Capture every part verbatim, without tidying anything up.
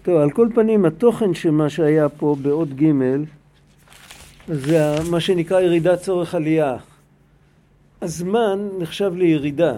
טוב, על כל פנים, התוכן של מה שהיה פה בעוד ג' זה מה שנקרא ירידת צורך עלייה. הזמן נחשב לירידה,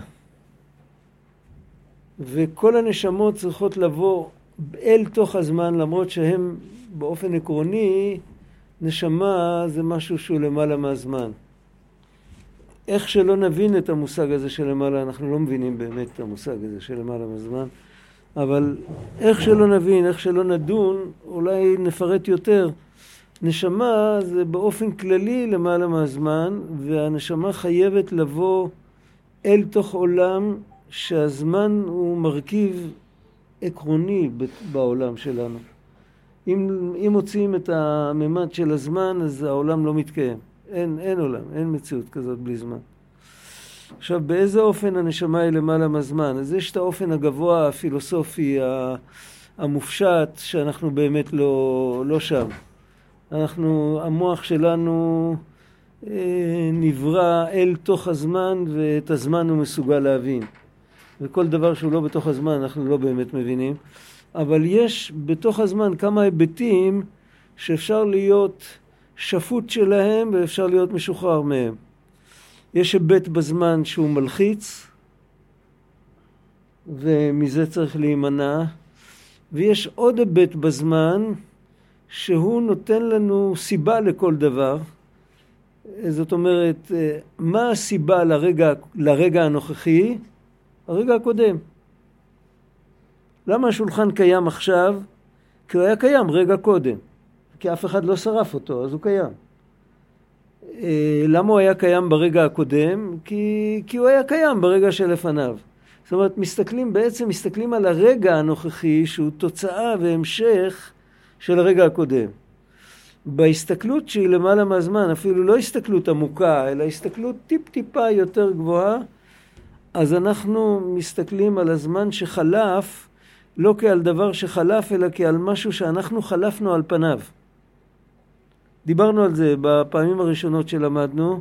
וכל הנשמות צריכות לבוא אל תוך הזמן, למרות שהם באופן עקרוני, נשמה זה משהו שהוא למעלה מהזמן. איך שלא נבין את המושג הזה של למעלה, אנחנו לא מבינים באמת את המושג הזה של למעלה מהזמן, אבל איך שלא נבין, איך שלא נדון, אולי נפרט יותר. נשמה זה באופן כללי למעלה מהזמן, והנשמה חייבת לבוא אל תוך עולם שהזמן הוא מרכיב עקרוני בעולם שלנו. אם, אם מוצאים את הממד של הזמן, אז העולם לא מתקיים. אין, אין עולם, אין מציאות כזאת בלי זמן. עכשיו, באיזה אופן הנשמה היא למעלה מהזמן? אז יש את האופן הגבוה, הפילוסופי, המופשט, שאנחנו באמת לא, לא שם. אנחנו, המוח שלנו אה, נברא אל תוך הזמן, ואת הזמן הוא מסוגל להבין. וכל דבר שהוא לא בתוך הזמן, אנחנו לא באמת מבינים. אבל יש בתוך הזמן כמה היבטים שאפשר להיות שפוט שלהם, ואפשר להיות משוחרר מהם. יש היבט בזמן שהוא מלחיץ, ומזה צריך להימנע. ויש עוד היבט בזמן, שהוא נותן לנו סיבה לכל דבר. זאת אומרת, מה הסיבה לרגע, לרגע הנוכחי? הרגע הקודם. למה השולחן קיים עכשיו? כי הוא היה קיים רגע קודם. כי אף אחד לא שרף אותו, אז הוא קיים. למה הוא היה קיים ברגע הקודם? כי, כי הוא היה קיים ברגע שלפניו. זאת אומרת, מסתכלים, בעצם מסתכלים על הרגע הנוכחי, שהוא תוצאה והמשך של הרגע הקודם. בהסתכלות שהיא למעלה מהזמן, אפילו לא הסתכלות עמוקה, אלא הסתכלות טיפ-טיפה יותר גבוהה, אז אנחנו מסתכלים על הזמן שחלף, לא כעל דבר שחלף, אלא כעל משהו שאנחנו חלפנו על פניו. דיברנו על זה בפעמים הראשונות שלמדנו.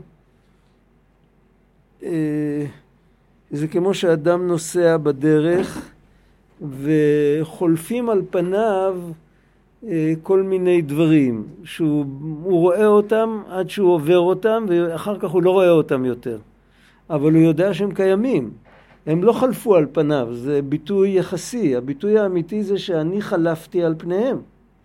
זה כמו שאדם נוסע בדרך, וחולפים על פניו כל מיני דברים, שהוא רואה אותם עד שהוא עובר אותם, ואחר כך הוא לא רואה אותם יותר. אבל הוא יודע שהם קיימים. הם לא חלפו על פניו, זה ביטוי יחסי. הביטוי האמיתי זה שאני חלפתי על פניהם.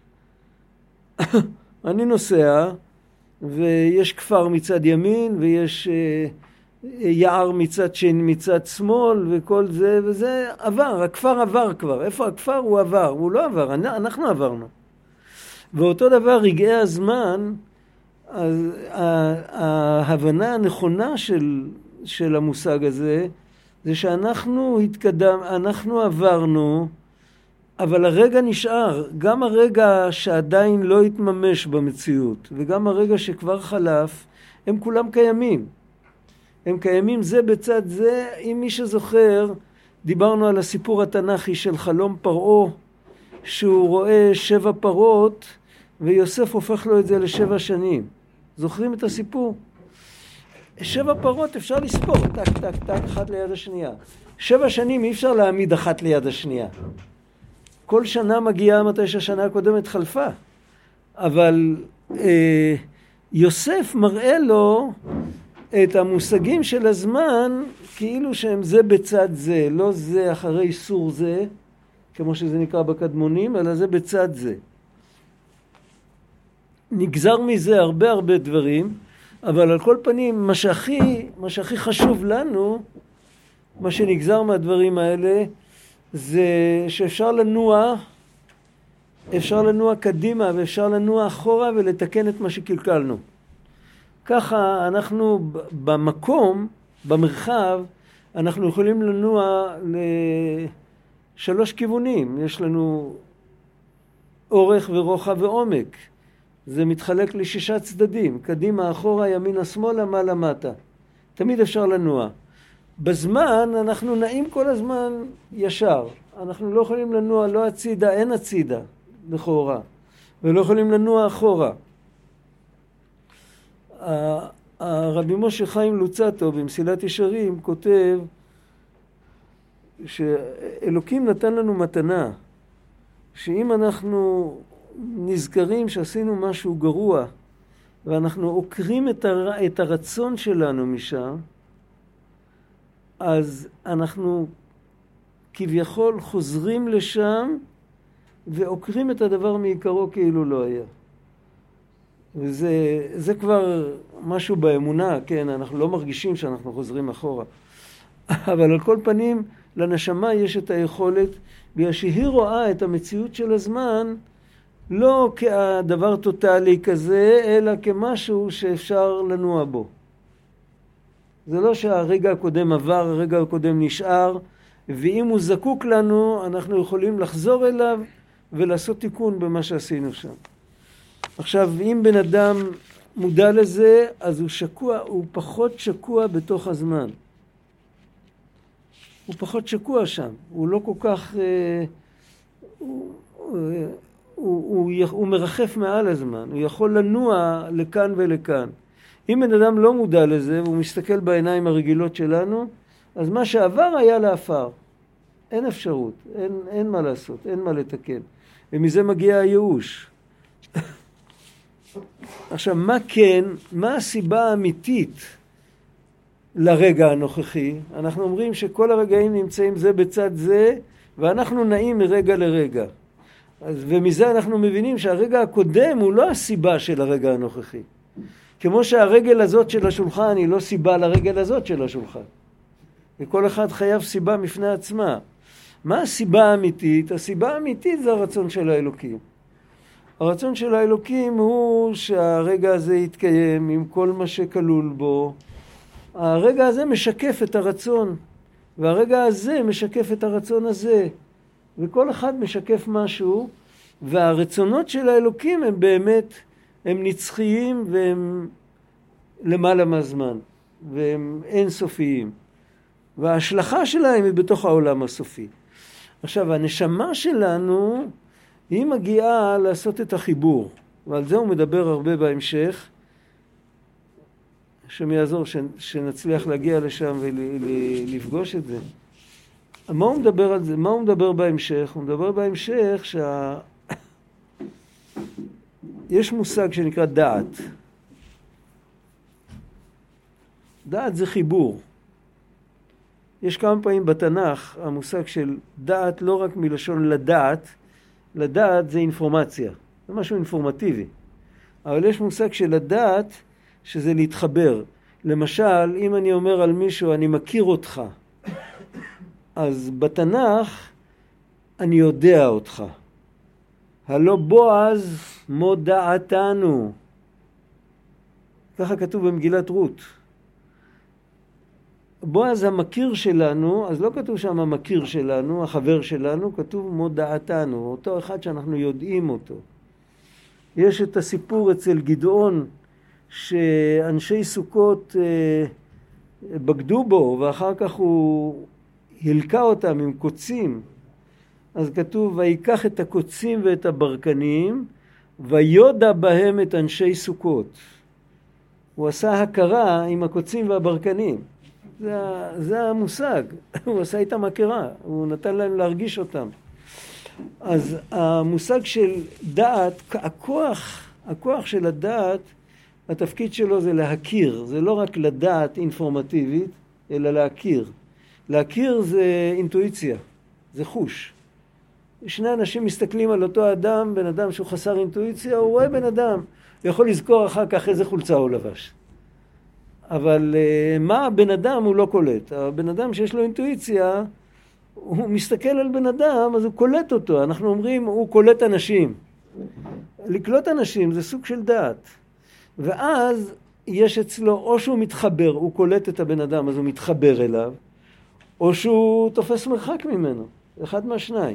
אני נוסע, ויש כפר מצד ימין, ויש יער מצד שני, מצד שמאל, וכל זה, וזה עבר. הכפר עבר כבר. איפה הכפר? הוא עבר. הוא לא עבר, אנחנו עברנו. ואותו דבר, רגעי הזמן, אז ההבנה הנכונה של, של המושג הזה, זה שאנחנו התקדם, אנחנו עברנו, אבל הרגע נשאר. גם הרגע שעדיין לא התממש במציאות, וגם הרגע שכבר חלף, הם כולם קיימים. הם קיימים זה בצד זה. אם מי שזוכר, דיברנו על הסיפור התנ"כי של חלום פרעה, שהוא רואה שבע פרות, ויוסף הופך לו את זה לשבע שנים. זוכרים את הסיפור? שבע פרות אפשר לספור, טק, טק, טק, אחת ליד השנייה. שבע שנים אי אפשר להעמיד אחת ליד השנייה. כל שנה מגיעה מתי שהשנה הקודמת חלפה. אבל אה, יוסף מראה לו את המושגים של הזמן, כאילו שהם זה בצד זה, לא זה אחרי סור זה, כמו שזה נקרא בקדמונים, אלא זה בצד זה. נגזר מזה הרבה הרבה דברים, אבל על כל פנים, מה שהכי, מה שהכי חשוב לנו, מה שנגזר מהדברים האלה, זה שאפשר לנוע, אפשר לנוע קדימה ואפשר לנוע אחורה ולתקן את מה שקלקלנו. ככה אנחנו במקום, במרחב, אנחנו יכולים לנוע לשלוש כיוונים. יש לנו אורך ורוחב ועומק. זה מתחלק לשישה צדדים, קדימה, אחורה, ימינה, שמאלה, מעלה, מטה. תמיד אפשר לנוע. בזמן אנחנו נעים כל הזמן ישר. אנחנו לא יכולים לנוע, לא הצידה, אין הצידה, לכאורה. ולא יכולים לנוע אחורה. הרבי משה חיים לוצטו במסילת ישרים כותב שאלוקים נתן לנו מתנה, שאם אנחנו נזכרים שעשינו משהו גרוע, ואנחנו עוקרים את, הר... את הרצון שלנו משם, אז אנחנו כביכול חוזרים לשם, ועוקרים את הדבר מעיקרו כאילו לא היה. וזה זה כבר משהו באמונה, כן, אנחנו לא מרגישים שאנחנו חוזרים אחורה. אבל על כל פנים, לנשמה יש את היכולת, בגלל שהיא רואה את המציאות של הזמן, לא כדבר טוטלי כזה, אלא כמשהו שאפשר לנוע בו. זה לא שהרגע הקודם עבר, הרגע הקודם נשאר, ואם הוא זקוק לנו, אנחנו יכולים לחזור אליו ולעשות תיקון במה שעשינו שם. עכשיו, אם בן אדם מודע לזה, אז הוא שקוע, הוא פחות שקוע בתוך הזמן. הוא פחות שקוע שם. הוא לא כל כך... אה, הוא, הוא, הוא, הוא, הוא מרחף מעל הזמן. הוא יכול לנוע לכאן ולכאן. אם בן אדם לא מודע לזה, והוא מסתכל בעיניים הרגילות שלנו, אז מה שעבר היה לאפר. אין אפשרות, אין, אין מה לעשות, אין מה לתקן. ומזה מגיע הייאוש. עכשיו, מה כן, מה הסיבה האמיתית לרגע הנוכחי? אנחנו אומרים שכל הרגעים נמצאים זה בצד זה, ואנחנו נעים מרגע לרגע. אז, ומזה אנחנו מבינים שהרגע הקודם הוא לא הסיבה של הרגע הנוכחי. כמו שהרגל הזאת של השולחן היא לא סיבה לרגל הזאת של השולחן. וכל אחד חייב סיבה מפני עצמה. מה הסיבה האמיתית? הסיבה האמיתית זה הרצון של האלוקים. הרצון של האלוקים הוא שהרגע הזה יתקיים עם כל מה שכלול בו. הרגע הזה משקף את הרצון, והרגע הזה משקף את הרצון הזה. וכל אחד משקף משהו, והרצונות של האלוקים הם באמת, הם נצחיים והם למעלה מהזמן, והם אינסופיים. וההשלכה שלהם היא בתוך העולם הסופי. עכשיו, הנשמה שלנו, היא מגיעה לעשות את החיבור, ועל זה הוא מדבר הרבה בהמשך, שמייעזור שנצליח להגיע לשם ולפגוש את זה. מה הוא מדבר על זה? מה הוא מדבר בהמשך? הוא מדבר בהמשך שה... יש מושג שנקרא דעת. דעת זה חיבור. יש כמה פעמים בתנ"ך המושג של דעת לא רק מלשון לדעת, לדעת זה אינפורמציה, זה משהו אינפורמטיבי. אבל יש מושג של לדעת שזה להתחבר. למשל, אם אני אומר על מישהו אני מכיר אותך, אז בתנ"ך אני יודע אותך. הלא בועז מודעתנו. ככה כתוב במגילת רות. בועז המכיר שלנו, אז לא כתוב שם המכיר שלנו, החבר שלנו, כתוב מודעתנו, אותו אחד שאנחנו יודעים אותו. יש את הסיפור אצל גדעון, שאנשי סוכות אה, בגדו בו, ואחר כך הוא הלקה אותם עם קוצים. אז כתוב, ויקח את הקוצים ואת הברקנים, ויודע בהם את אנשי סוכות. הוא עשה הכרה עם הקוצים והברקנים. זה, זה המושג. הוא עשה איתם הכרה. הוא נתן להם להרגיש אותם. אז המושג של דעת, הכוח, הכוח של הדעת, התפקיד שלו זה להכיר. זה לא רק לדעת אינפורמטיבית, אלא להכיר. להכיר זה אינטואיציה, זה חוש. שני אנשים מסתכלים על אותו אדם, בן אדם שהוא חסר אינטואיציה, הוא רואה בן אדם, הוא יכול לזכור אחר כך איזה חולצה הוא לבש. אבל מה הבן אדם הוא לא קולט. הבן אדם שיש לו אינטואיציה, הוא מסתכל על בן אדם, אז הוא קולט אותו. אנחנו אומרים, הוא קולט אנשים. לקלוט אנשים זה סוג של דעת. ואז יש אצלו, או שהוא מתחבר, הוא קולט את הבן אדם, אז הוא מתחבר אליו, או שהוא תופס מרחק ממנו. אחד מהשניים.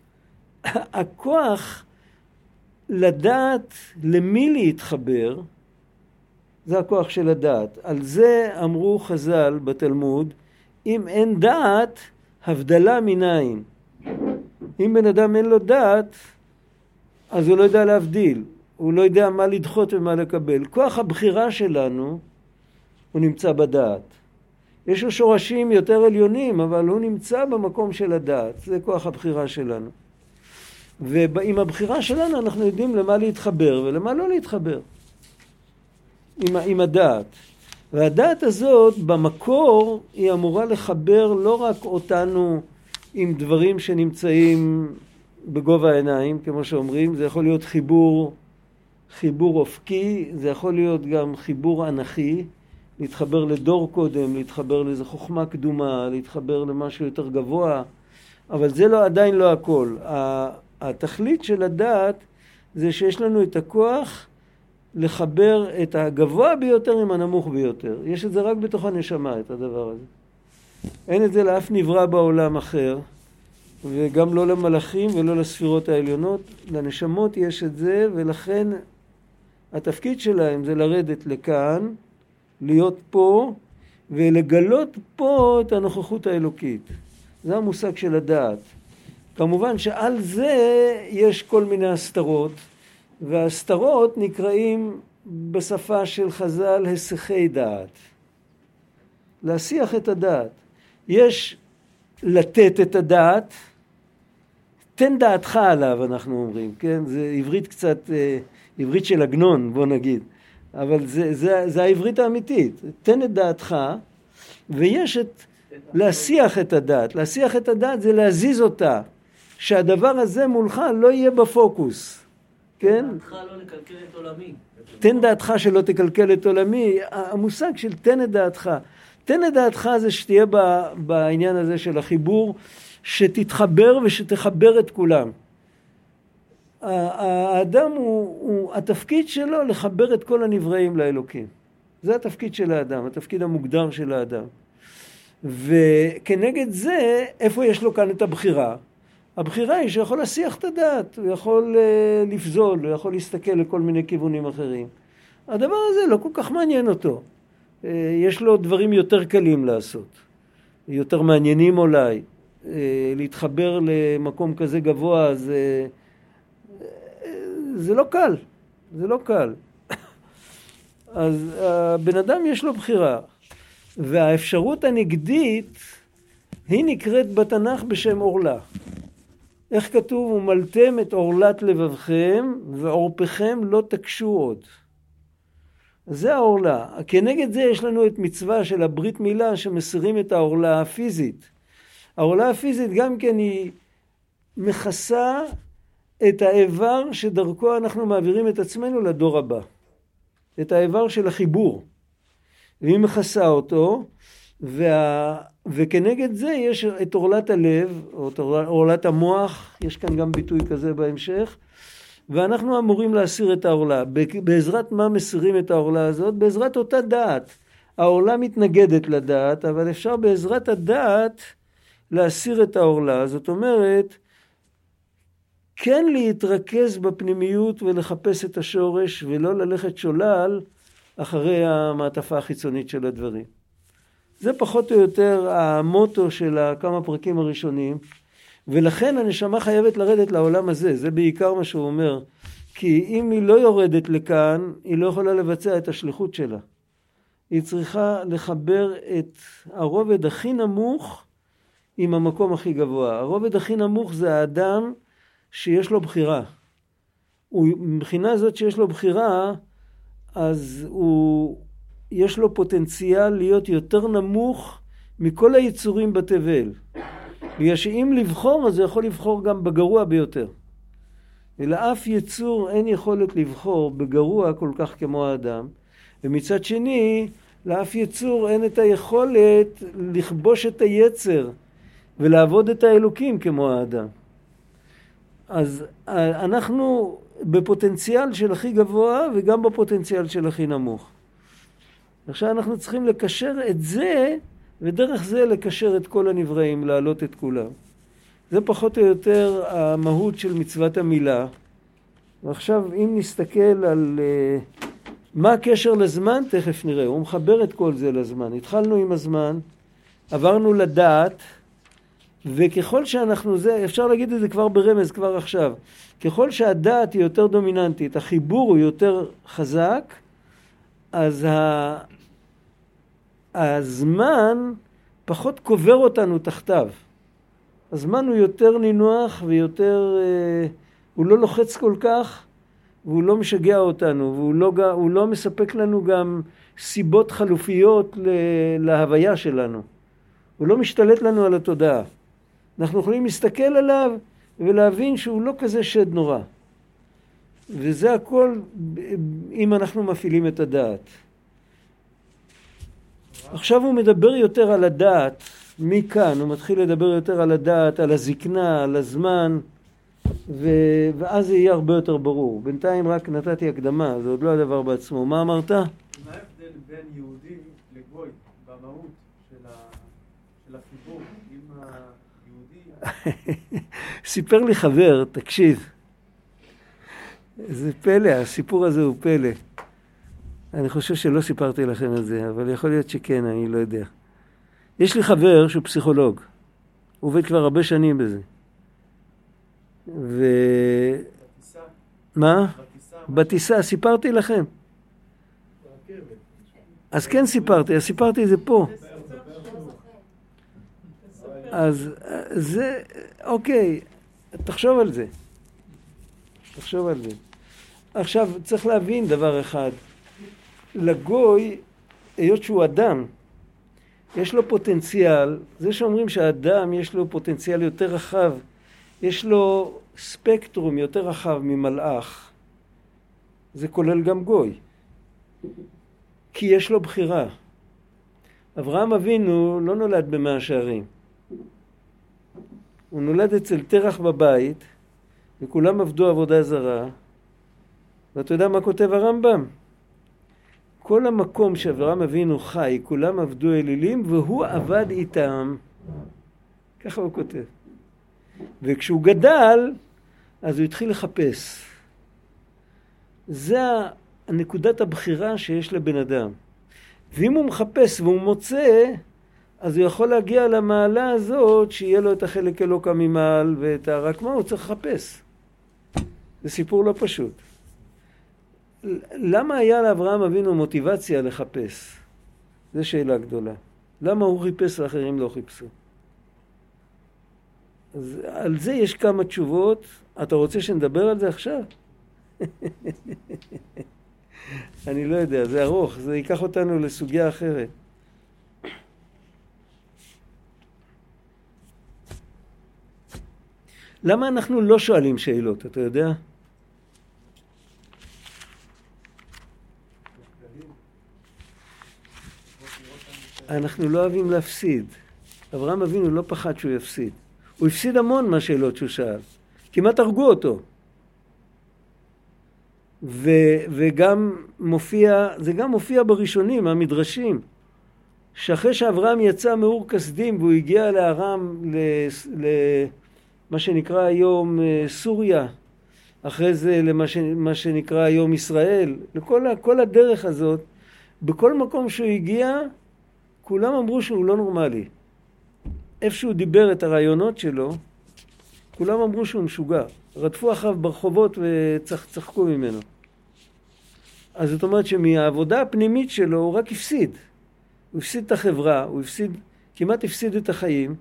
הכוח לדעת למי להתחבר, זה הכוח של הדעת. על זה אמרו חז"ל בתלמוד, אם אין דעת, הבדלה מנין. אם בן אדם אין לו דעת, אז הוא לא יודע להבדיל. הוא לא יודע מה לדחות ומה לקבל. כוח הבחירה שלנו, הוא נמצא בדעת. יש לו שורשים יותר עליונים, אבל הוא נמצא במקום של הדעת. זה כוח הבחירה שלנו. ועם הבחירה שלנו אנחנו יודעים למה להתחבר ולמה לא להתחבר. עם, עם הדעת. והדעת הזאת במקור היא אמורה לחבר לא רק אותנו עם דברים שנמצאים בגובה העיניים, כמו שאומרים, זה יכול להיות חיבור, חיבור אופקי, זה יכול להיות גם חיבור אנכי, להתחבר לדור קודם, להתחבר לאיזו חוכמה קדומה, להתחבר למשהו יותר גבוה, אבל זה לא, עדיין לא הכל. התכלית של הדעת זה שיש לנו את הכוח לחבר את הגבוה ביותר עם הנמוך ביותר. יש את זה רק בתוך הנשמה, את הדבר הזה. אין את זה לאף נברא בעולם אחר, וגם לא למלאכים ולא לספירות העליונות. לנשמות יש את זה, ולכן התפקיד שלהם זה לרדת לכאן, להיות פה, ולגלות פה את הנוכחות האלוקית. זה המושג של הדעת. כמובן שעל זה יש כל מיני הסתרות, וההסתרות נקראים בשפה של חז"ל הסחי דעת. להסיח את הדעת. יש לתת את הדעת, תן דעתך עליו, אנחנו אומרים, כן? זה עברית קצת, עברית של עגנון, בוא נגיד. אבל זה, זה, זה העברית האמיתית. תן את דעתך, ויש את להסיח את הדעת. להסיח את הדעת זה להזיז אותה, שהדבר הזה מולך לא יהיה בפוקוס. כן? תן דעתך לא לקלקל את עולמי. תן דעתך שלא תקלקל את עולמי. המושג של תן את דעתך. תן את דעתך זה שתהיה בעניין הזה של החיבור, שתתחבר ושתחבר את כולם. האדם הוא, הוא, התפקיד שלו לחבר את כל הנבראים לאלוקים. זה התפקיד של האדם, התפקיד המוגדר של האדם. וכנגד זה, איפה יש לו כאן את הבחירה? הבחירה היא שיכול להסיח את הדעת, הוא יכול uh, לפזול, הוא יכול להסתכל לכל מיני כיוונים אחרים. הדבר הזה לא כל כך מעניין אותו. Uh, יש לו דברים יותר קלים לעשות, יותר מעניינים אולי. Uh, להתחבר למקום כזה גבוה, זה, uh, זה לא קל, זה לא קל. אז הבן אדם יש לו בחירה, והאפשרות הנגדית היא נקראת בתנ"ך בשם עורלה. איך כתוב? ומלתם את עורלת לבבכם ועורפכם לא תקשו עוד. זה העורלה. כנגד זה יש לנו את מצווה של הברית מילה שמסירים את העורלה הפיזית. העורלה הפיזית גם כן היא מכסה את האיבר שדרכו אנחנו מעבירים את עצמנו לדור הבא. את האיבר של החיבור. והיא מכסה אותו, וה... וכנגד זה יש את עורלת הלב, או את עורלת המוח, יש כאן גם ביטוי כזה בהמשך, ואנחנו אמורים להסיר את העורלה. בעזרת מה מסירים את העורלה הזאת? בעזרת אותה דעת. העורלה מתנגדת לדעת, אבל אפשר בעזרת הדעת להסיר את העורלה. זאת אומרת, כן להתרכז בפנימיות ולחפש את השורש, ולא ללכת שולל אחרי המעטפה החיצונית של הדברים. זה פחות או יותר המוטו של כמה פרקים הראשונים, ולכן הנשמה חייבת לרדת לעולם הזה. זה בעיקר מה שהוא אומר, כי אם היא לא יורדת לכאן, היא לא יכולה לבצע את השליחות שלה. היא צריכה לחבר את הרובד הכי נמוך עם המקום הכי גבוה. הרובד הכי נמוך זה האדם שיש לו בחירה. מבחינה זאת שיש לו בחירה, אז הוא, יש לו פוטנציאל להיות יותר נמוך מכל היצורים בתבל. בגלל שאם לבחור, אז הוא יכול לבחור גם בגרוע ביותר. ולאף יצור אין יכולת לבחור בגרוע כל כך כמו האדם. ומצד שני, לאף יצור אין את היכולת לכבוש את היצר ולעבוד את האלוקים כמו האדם. אז אנחנו בפוטנציאל של הכי גבוה וגם בפוטנציאל של הכי נמוך. עכשיו אנחנו צריכים לקשר את זה, ודרך זה לקשר את כל הנבראים, להעלות את כולם. זה פחות או יותר המהות של מצוות המילה. ועכשיו אם נסתכל על uh, מה הקשר לזמן, תכף נראה. הוא מחבר את כל זה לזמן. התחלנו עם הזמן, עברנו לדעת, וככל שאנחנו זה, אפשר להגיד את זה כבר ברמז, כבר עכשיו. ככל שהדעת היא יותר דומיננטית, החיבור הוא יותר חזק, אז ה... הזמן פחות קובר אותנו תחתיו. הזמן הוא יותר נינוח ויותר אה, הוא לא לוחץ כל כך, והוא לא משגע אותנו, והוא לא, הוא לא מספק לנו גם סיבות חלופיות להוויה שלנו. הוא לא משתלט לנו על התודעה. אנחנו יכולים להסתכל עליו ולהבין שהוא לא כזה שד נורא. וזה הכל אם אנחנו מפעילים את הדעת. עכשיו הוא מדבר יותר על הדעת, מכאן הוא מתחיל לדבר יותר על הדעת, על הזקנה, על הזמן, ו... ואז זה יהיה הרבה יותר ברור. בינתיים רק נתתי הקדמה, זה עוד לא הדבר בעצמו. מה אמרת? מה ההבדל בין יהודי לגוי במהות של, ה... של החיבור עם היהודי? סיפר לי חבר, תקשיב. זה פלא, הסיפור הזה הוא פלא. אני חושב שלא סיפרתי לכם את זה, אבל יכול להיות שכן, אני לא יודע. יש לי חבר שהוא פסיכולוג. הוא עובד כבר הרבה שנים בזה. ו... בטיסה? מה? בטיסה? בטיסה, סיפרתי לכם. אז כן סיפרתי, אז סיפרתי את זה פה. אז זה, אוקיי, תחשוב על זה. תחשוב על זה. עכשיו, צריך להבין דבר אחד. לגוי, היות שהוא אדם, יש לו פוטנציאל, זה שאומרים שהאדם יש לו פוטנציאל יותר רחב, יש לו ספקטרום יותר רחב ממלאך, זה כולל גם גוי. כי יש לו בחירה. אברהם אבינו לא נולד במאה שערים. הוא נולד אצל תרח בבית, וכולם עבדו עבודה זרה, ואתה יודע מה כותב הרמב"ם? כל המקום שאברהם אבינו חי, כולם עבדו אלילים, והוא עבד איתם. ככה הוא כותב. וכשהוא גדל, אז הוא התחיל לחפש. זה הנקודת הבחירה שיש לבן אדם. ואם הוא מחפש והוא מוצא, אז הוא יכול להגיע למעלה הזאת, שיהיה לו את החלק אלוקא ממעל, ואת רק מה הוא צריך לחפש. זה סיפור לא פשוט. למה היה לאברהם אבינו מוטיבציה לחפש? זו שאלה גדולה. למה הוא חיפש ואחרים לא חיפשו? אז על זה יש כמה תשובות. אתה רוצה שנדבר על זה עכשיו? אני לא יודע, זה ארוך, זה ייקח אותנו לסוגיה אחרת. למה אנחנו לא שואלים שאלות, אתה יודע? אנחנו לא אוהבים להפסיד. אברהם אבינו לא פחד שהוא יפסיד. הוא הפסיד המון מהשאלות שהוא שאל. כמעט הרגו אותו. ו, וגם מופיע, זה גם מופיע בראשונים, המדרשים, שאחרי שאברהם יצא מאור כסדים והוא הגיע לארם, למה שנקרא היום סוריה, אחרי זה למה ש, מה שנקרא היום ישראל, לכל כל הדרך הזאת, בכל מקום שהוא הגיע, כולם אמרו שהוא לא נורמלי. איפה שהוא דיבר את הרעיונות שלו, כולם אמרו שהוא משוגע. רדפו אחריו ברחובות וצחקו ממנו. אז זאת אומרת שמהעבודה הפנימית שלו הוא רק הפסיד. הוא הפסיד את החברה, הוא הפסיד, כמעט הפסיד את החיים,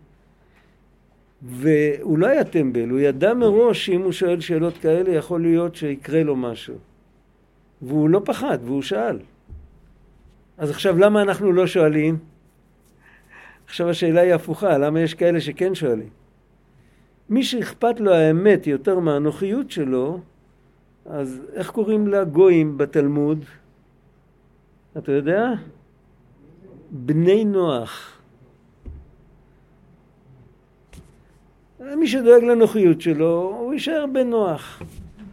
והוא לא היה טמבל, הוא ידע מראש שאם הוא שואל שאלות כאלה יכול להיות שיקרה לו משהו. והוא לא פחד, והוא שאל. אז עכשיו למה אנחנו לא שואלים? עכשיו השאלה היא הפוכה, למה יש כאלה שכן שואלים? מי שאכפת לו האמת יותר מהנוחיות שלו, אז איך קוראים לה גויים בתלמוד? אתה יודע? בני נוח. מי שדואג לנוחיות שלו, הוא יישאר בן נוח.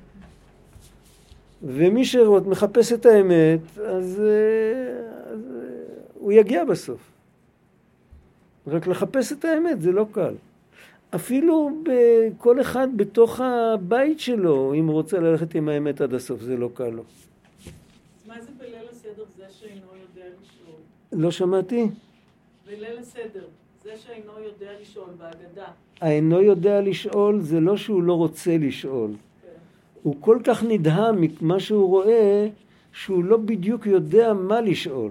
ומי שמחפש את האמת, אז, אז הוא יגיע בסוף. רק לחפש את האמת זה לא קל. אפילו בכל אחד בתוך הבית שלו, אם הוא רוצה ללכת עם האמת עד הסוף, זה לא קל לו. מה זה בליל הסדר? זה שאינו יודע לשאול. לא שמעתי? בליל הסדר, זה שאינו יודע לשאול בהגדה. האינו יודע לשאול זה לא שהוא לא רוצה לשאול. כן. הוא כל כך נדהם ממה שהוא רואה, שהוא לא בדיוק יודע מה לשאול.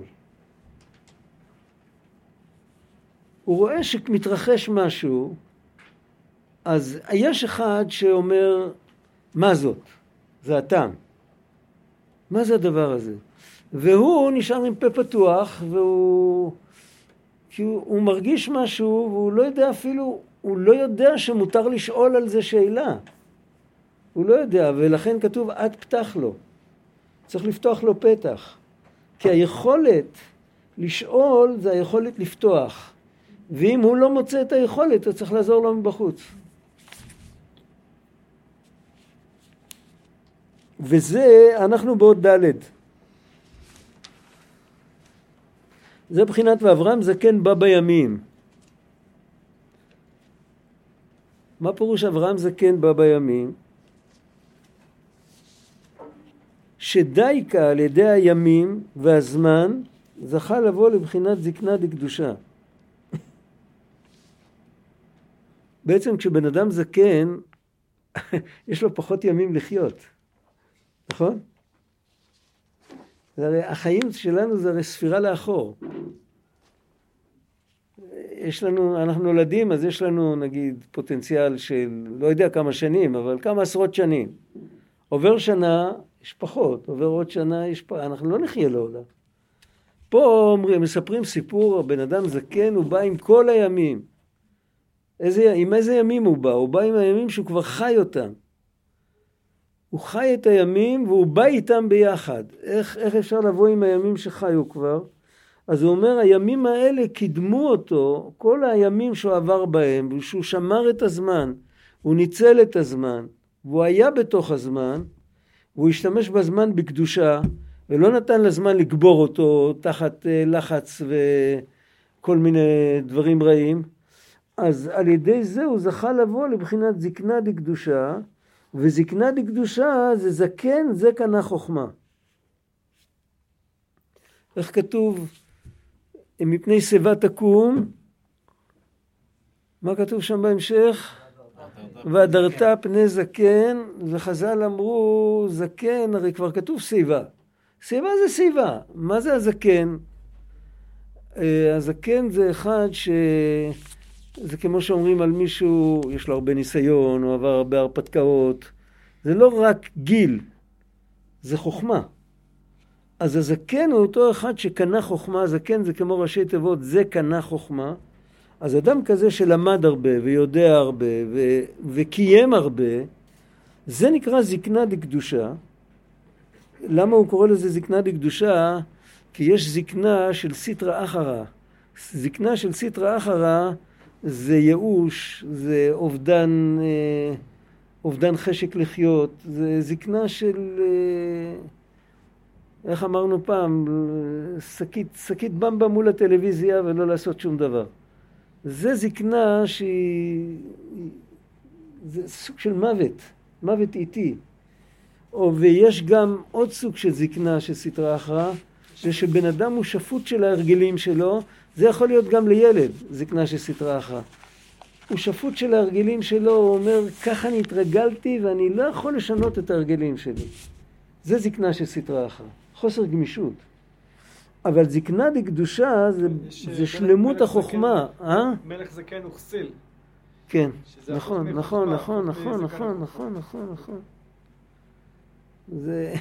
הוא רואה שמתרחש משהו, אז יש אחד שאומר, מה זאת? זה הטעם. מה זה הדבר הזה? והוא נשאר עם פה פתוח, והוא כי הוא, הוא מרגיש משהו, והוא לא יודע אפילו, הוא לא יודע שמותר לשאול על זה שאלה. הוא לא יודע, ולכן כתוב, עד פתח לו. צריך לפתוח לו פתח. כי היכולת לשאול זה היכולת לפתוח. ואם הוא לא מוצא את היכולת, הוא צריך לעזור לו מבחוץ. וזה, אנחנו בעוד ד'. זה בחינת ואברהם זקן בא בימים. מה פירוש אברהם זקן בא בימים? שדייקה על ידי הימים והזמן זכה לבוא לבחינת זקנה דקדושה. בעצם כשבן אדם זקן, יש לו פחות ימים לחיות. נכון? זה הרי, החיים שלנו זה הרי ספירה לאחור. יש לנו, אנחנו נולדים, אז יש לנו נגיד פוטנציאל של לא יודע כמה שנים, אבל כמה עשרות שנים. עובר שנה, יש פחות, עובר עוד שנה, יש פחות, אנחנו לא נחיה לעולם. פה אומרים, מספרים סיפור, הבן אדם זקן, הוא בא עם כל הימים. איזה, עם איזה ימים הוא בא? הוא בא עם הימים שהוא כבר חי אותם. הוא חי את הימים והוא בא איתם ביחד. איך, איך אפשר לבוא עם הימים שחיו כבר? אז הוא אומר, הימים האלה קידמו אותו, כל הימים שהוא עבר בהם, ושהוא שמר את הזמן, הוא ניצל את הזמן, והוא היה בתוך הזמן, והוא השתמש בזמן בקדושה, ולא נתן לזמן לגבור אותו תחת לחץ וכל מיני דברים רעים. אז על ידי זה הוא זכה לבוא לבחינת זקנה דקדושה, וזקנה דקדושה זה זקן, זה קנה חוכמה. איך כתוב? מפני שיבה תקום, מה כתוב שם בהמשך? והדרת פני זקן, וחז"ל אמרו זקן, הרי כבר כתוב שיבה. שיבה זה שיבה. מה זה הזקן? הזקן זה אחד ש... זה כמו שאומרים על מישהו, יש לו הרבה ניסיון, הוא עבר הרבה הרפתקאות. זה לא רק גיל, זה חוכמה. אז הזקן הוא אותו אחד שקנה חוכמה, הזקן זה כמו ראשי תיבות, זה קנה חוכמה. אז אדם כזה שלמד הרבה ויודע הרבה ו- וקיים הרבה, זה נקרא זקנה דקדושה. למה הוא קורא לזה זקנה דקדושה? כי יש זקנה של סיטרא אחרא. זקנה של סיטרא אחרא זה ייאוש, זה אובדן, אובדן חשק לחיות, זה זקנה של, איך אמרנו פעם, שקית, שקית במבה מול הטלוויזיה ולא לעשות שום דבר. זה זקנה שהיא, זה סוג של מוות, מוות איטי. או, ויש גם עוד סוג של זקנה של סטרא אחרא, זה שבן אדם הוא שפוט של ההרגלים שלו, זה יכול להיות גם לילד, זקנה של סטרא אחרא. הוא שפוט של ההרגלים שלו, הוא אומר, ככה אני התרגלתי ואני לא יכול לשנות את ההרגלים שלי. זה זקנה של סטרא אחרא, חוסר גמישות. אבל זקנה דקדושה זה, זה שלמות החוכמה. אה? מלך זקן הוא חסיל. כן, נכון, נכון, נכון, נכון, נכון, נכון, נכון, נכון. זה...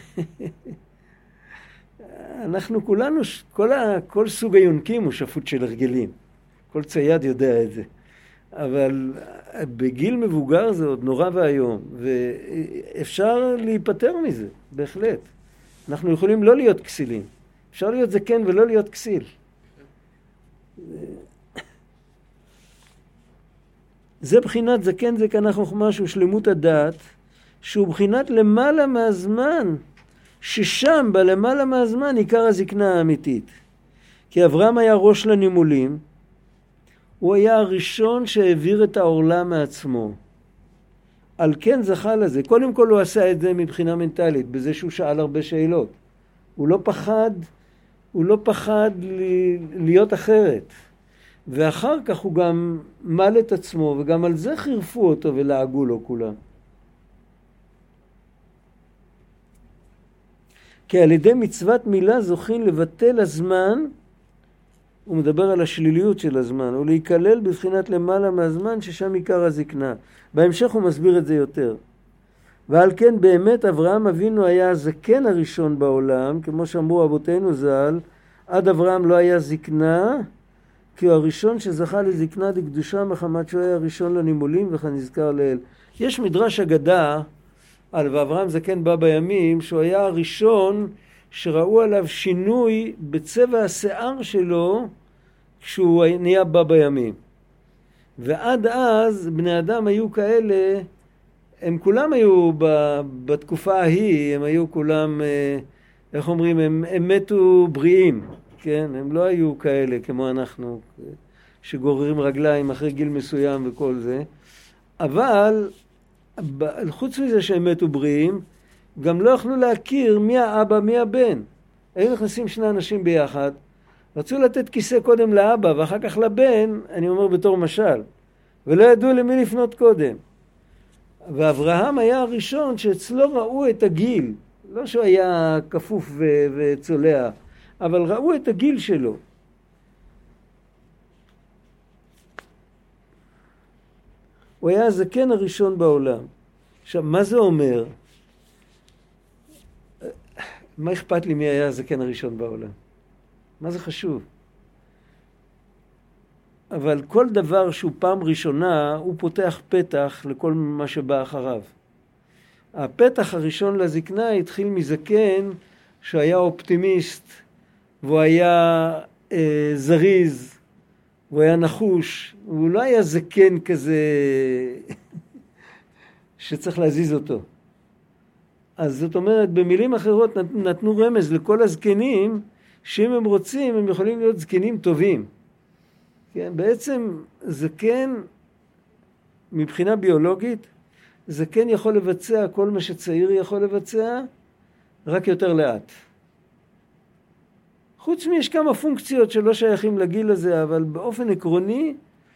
אנחנו כולנו, כל, ה, כל סוג היונקים הוא שפוט של הרגלים. כל צייד יודע את זה. אבל בגיל מבוגר זה עוד נורא והיום. ואפשר להיפטר מזה, בהחלט. אנחנו יכולים לא להיות כסילים. אפשר להיות זקן ולא להיות כסיל. זה בחינת זקן זה קנה חוכמה שהוא שלמות הדעת, שהוא בחינת למעלה מהזמן, ששם בלמעלה מהזמן עיקר הזקנה האמיתית. כי אברהם היה ראש לנימולים, הוא היה הראשון שהעביר את העורלה מעצמו. על כן זכה לזה. קודם כל הוא עשה את זה מבחינה מנטלית, בזה שהוא שאל הרבה שאלות. הוא לא פחד, הוא לא פחד להיות אחרת. ואחר כך הוא גם מל את עצמו, וגם על זה חירפו אותו ולעגו לו כולם. כי על ידי מצוות מילה זוכים לבטל הזמן, הוא מדבר על השליליות של הזמן, או להיכלל בבחינת למעלה מהזמן ששם עיקר הזקנה. בהמשך הוא מסביר את זה יותר. ועל כן באמת אברהם אבינו היה הזקן הראשון בעולם, כמו שאמרו אבותינו ז"ל, עד אברהם לא היה זקנה, כי הוא הראשון שזכה לזקנה לקדושה מחמת שהוא היה הראשון לנימולים וכנזכר לאל. יש מדרש אגדה על ואברהם זקן בא בימים, שהוא היה הראשון שראו עליו שינוי בצבע השיער שלו כשהוא נהיה בא בימים. ועד אז בני אדם היו כאלה, הם כולם היו בתקופה ההיא, הם היו כולם, איך אומרים, הם, הם מתו בריאים, כן? הם לא היו כאלה כמו אנחנו, שגוררים רגליים אחרי גיל מסוים וכל זה. אבל חוץ מזה שהם מתו בריאים, גם לא יכלו להכיר מי האבא, מי הבן. היו נכנסים שני אנשים ביחד, רצו לתת כיסא קודם לאבא ואחר כך לבן, אני אומר בתור משל, ולא ידעו למי לפנות קודם. ואברהם היה הראשון שאצלו ראו את הגיל, לא שהוא היה כפוף ו- וצולע, אבל ראו את הגיל שלו. הוא היה הזקן הראשון בעולם. עכשיו, מה זה אומר? מה אכפת לי מי היה הזקן הראשון בעולם? מה זה חשוב? אבל כל דבר שהוא פעם ראשונה, הוא פותח פתח לכל מה שבא אחריו. הפתח הראשון לזקנה התחיל מזקן שהיה אופטימיסט, והוא היה אה, זריז, והוא היה נחוש, והוא לא היה זקן כזה שצריך להזיז אותו. אז זאת אומרת, במילים אחרות נתנו רמז לכל הזקנים, שאם הם רוצים, הם יכולים להיות זקנים טובים. כן? בעצם זקן, מבחינה ביולוגית, זקן יכול לבצע כל מה שצעיר יכול לבצע, רק יותר לאט. חוץ מי יש כמה פונקציות שלא שייכים לגיל הזה, אבל באופן עקרוני,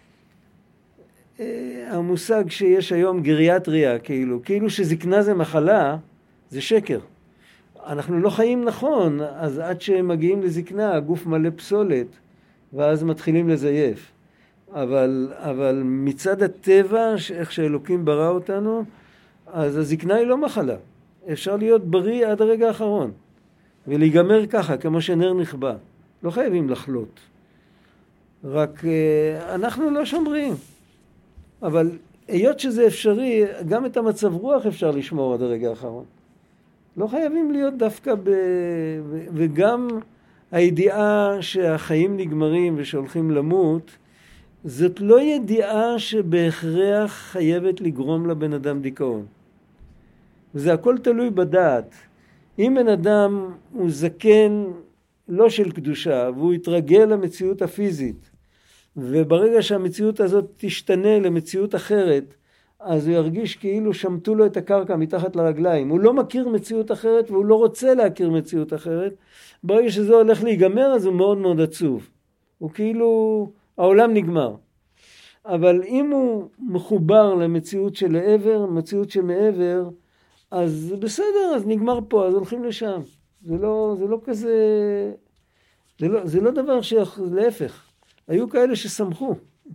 המושג שיש היום גריאטריה, כאילו, כאילו שזקנה זה מחלה, זה שקר. אנחנו לא חיים נכון, אז עד שהם מגיעים לזקנה, הגוף מלא פסולת, ואז מתחילים לזייף. אבל, אבל מצד הטבע, איך שאלוקים ברא אותנו, אז הזקנה היא לא מחלה. אפשר להיות בריא עד הרגע האחרון, ולהיגמר ככה, כמו שנר נכבה. לא חייבים לחלות. רק אנחנו לא שומרים. אבל היות שזה אפשרי, גם את המצב רוח אפשר לשמור עד הרגע האחרון. לא חייבים להיות דווקא ב... וגם הידיעה שהחיים נגמרים ושהולכים למות, זאת לא ידיעה שבהכרח חייבת לגרום לבן אדם דיכאון. וזה הכל תלוי בדעת. אם בן אדם הוא זקן לא של קדושה, והוא יתרגל למציאות הפיזית, וברגע שהמציאות הזאת תשתנה למציאות אחרת, אז הוא ירגיש כאילו שמטו לו את הקרקע מתחת לרגליים. הוא לא מכיר מציאות אחרת והוא לא רוצה להכיר מציאות אחרת. ברגע שזה הולך להיגמר, אז הוא מאוד מאוד עצוב. הוא כאילו, העולם נגמר. אבל אם הוא מחובר למציאות שלעבר, מציאות שמעבר, אז בסדר, אז נגמר פה, אז הולכים לשם. זה לא, זה לא כזה, זה לא, זה לא דבר שלהפך. היו כאלה ששמחו.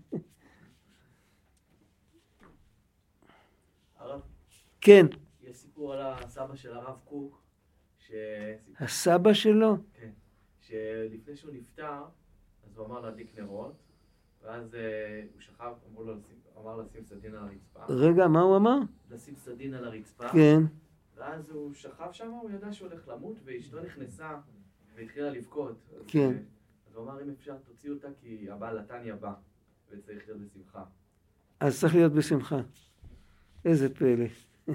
הרב? כן. יש סיפור על הסבא של הרב קוק. ש... הסבא שלו? כן. שלפני שהוא נפטר, אז הוא אמר להדליק נרות, ואז הוא שכב, אמרו לו, אמר לשים סדין על הרצפה. רגע, מה הוא אמר? לשים סדין על הרצפה. כן. ואז הוא שכב שם, הוא ידע שהוא הולך למות, ואשתו נכנסה והתחילה לבכות. כן. אז הוא אמר, אם אפשר, תוציא אותה, כי הבעל התניא בא, וצריך להיות בשמחה. אז צריך להיות בשמחה. איזה פלא.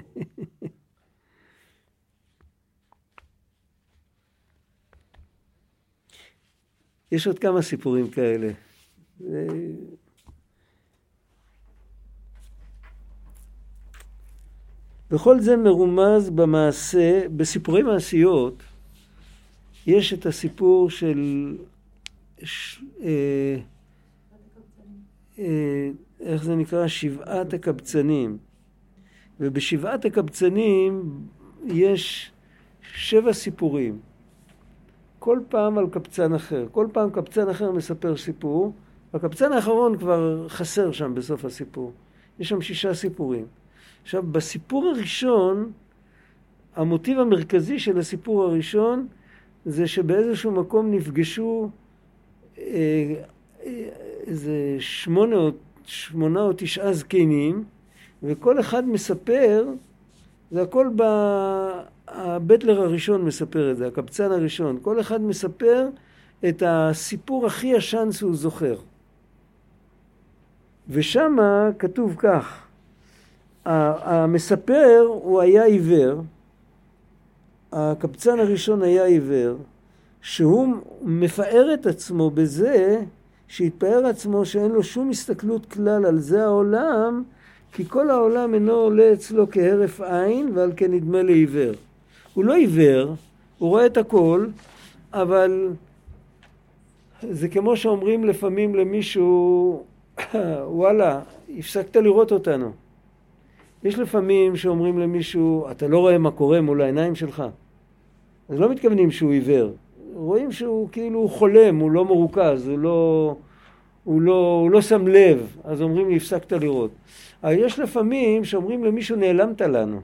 יש עוד כמה סיפורים כאלה. וכל זה מרומז במעשה, בסיפורי מעשיות, יש את הסיפור של, ש, אה, אה, איך זה נקרא? שבעת הקבצנים. ובשבעת הקבצנים יש שבע סיפורים. כל פעם על קבצן אחר. כל פעם קבצן אחר מספר סיפור. הקבצן האחרון כבר חסר שם בסוף הסיפור. יש שם שישה סיפורים. עכשיו, בסיפור הראשון, המוטיב המרכזי של הסיפור הראשון, זה שבאיזשהו מקום נפגשו אה, איזה שמונה או, שמונה או תשעה זקנים, וכל אחד מספר, זה הכל בבטלר הראשון מספר את זה, הקבצן הראשון, כל אחד מספר את הסיפור הכי ישן שהוא זוכר. ושם כתוב כך, המספר הוא היה עיוור, הקבצן הראשון היה עיוור, שהוא מפאר את עצמו בזה, שהתפאר עצמו שאין לו שום הסתכלות כלל על זה העולם, כי כל העולם אינו עולה אצלו כהרף עין, ועל כן נדמה לעיוור. הוא לא עיוור, הוא רואה את הכל, אבל זה כמו שאומרים לפעמים למישהו, וואלה, הפסקת לראות אותנו. יש לפעמים שאומרים למישהו, אתה לא רואה מה קורה מול העיניים שלך. אז לא מתכוונים שהוא עיוור. רואים שהוא כאילו חולם, הוא לא מרוכז, הוא לא, הוא לא, הוא לא שם לב. אז אומרים לי, הפסקת לראות. אבל יש לפעמים שאומרים למישהו, נעלמת לנו.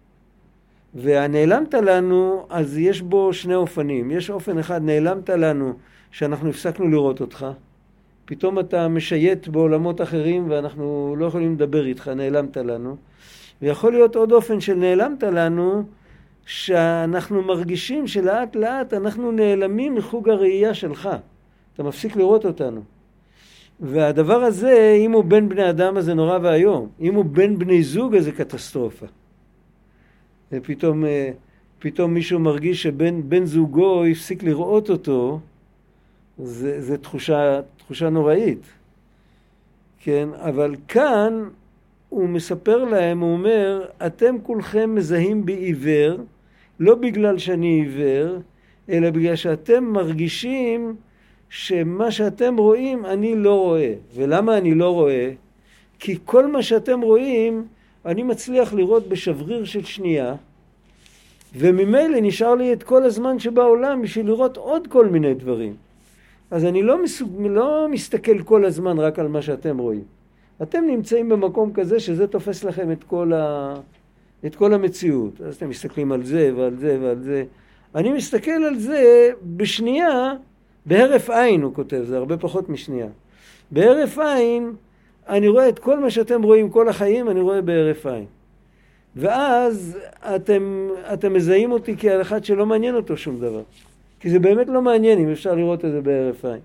והנעלמת לנו, אז יש בו שני אופנים. יש אופן אחד, נעלמת לנו, שאנחנו הפסקנו לראות אותך. פתאום אתה משייט בעולמות אחרים, ואנחנו לא יכולים לדבר איתך, נעלמת לנו. ויכול להיות עוד אופן של נעלמת לנו, שאנחנו מרגישים שלאט לאט אנחנו נעלמים מחוג הראייה שלך. אתה מפסיק לראות אותנו. והדבר הזה, אם הוא בין בני אדם, אז זה נורא והיום. אם הוא בין בני זוג, אז זה קטסטרופה. ופתאום פתאום מישהו מרגיש שבן בן זוגו הפסיק לראות אותו, זה, זה תחושה, תחושה נוראית. כן? אבל כאן הוא מספר להם, הוא אומר, אתם כולכם מזהים בי עיוור, לא בגלל שאני עיוור, אלא בגלל שאתם מרגישים שמה שאתם רואים אני לא רואה. ולמה אני לא רואה? כי כל מה שאתם רואים אני מצליח לראות בשבריר של שנייה, וממילא נשאר לי את כל הזמן שבעולם בשביל לראות עוד כל מיני דברים. אז אני לא, מסוג, לא מסתכל כל הזמן רק על מה שאתם רואים. אתם נמצאים במקום כזה שזה תופס לכם את כל, ה... את כל המציאות. אז אתם מסתכלים על זה ועל זה ועל זה. אני מסתכל על זה בשנייה, בהרף עין הוא כותב, זה הרבה פחות משנייה. בהרף עין אני רואה את כל מה שאתם רואים כל החיים, אני רואה בהרף עין. ואז אתם, אתם מזהים אותי כעל אחד שלא מעניין אותו שום דבר. כי זה באמת לא מעניין אם אפשר לראות את זה בהרף עין.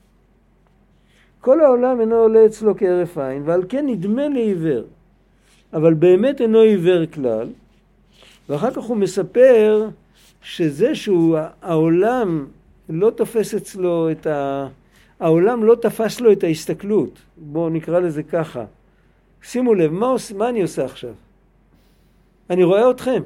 כל העולם אינו עולה אצלו כהרף עין, ועל כן נדמה לעיוור. אבל באמת אינו עיוור כלל. ואחר כך הוא מספר שזה שהוא, העולם לא תופס אצלו את ה... העולם לא תפס לו את ההסתכלות. בואו נקרא לזה ככה. שימו לב, מה, עוש... מה אני עושה עכשיו? אני רואה אתכם.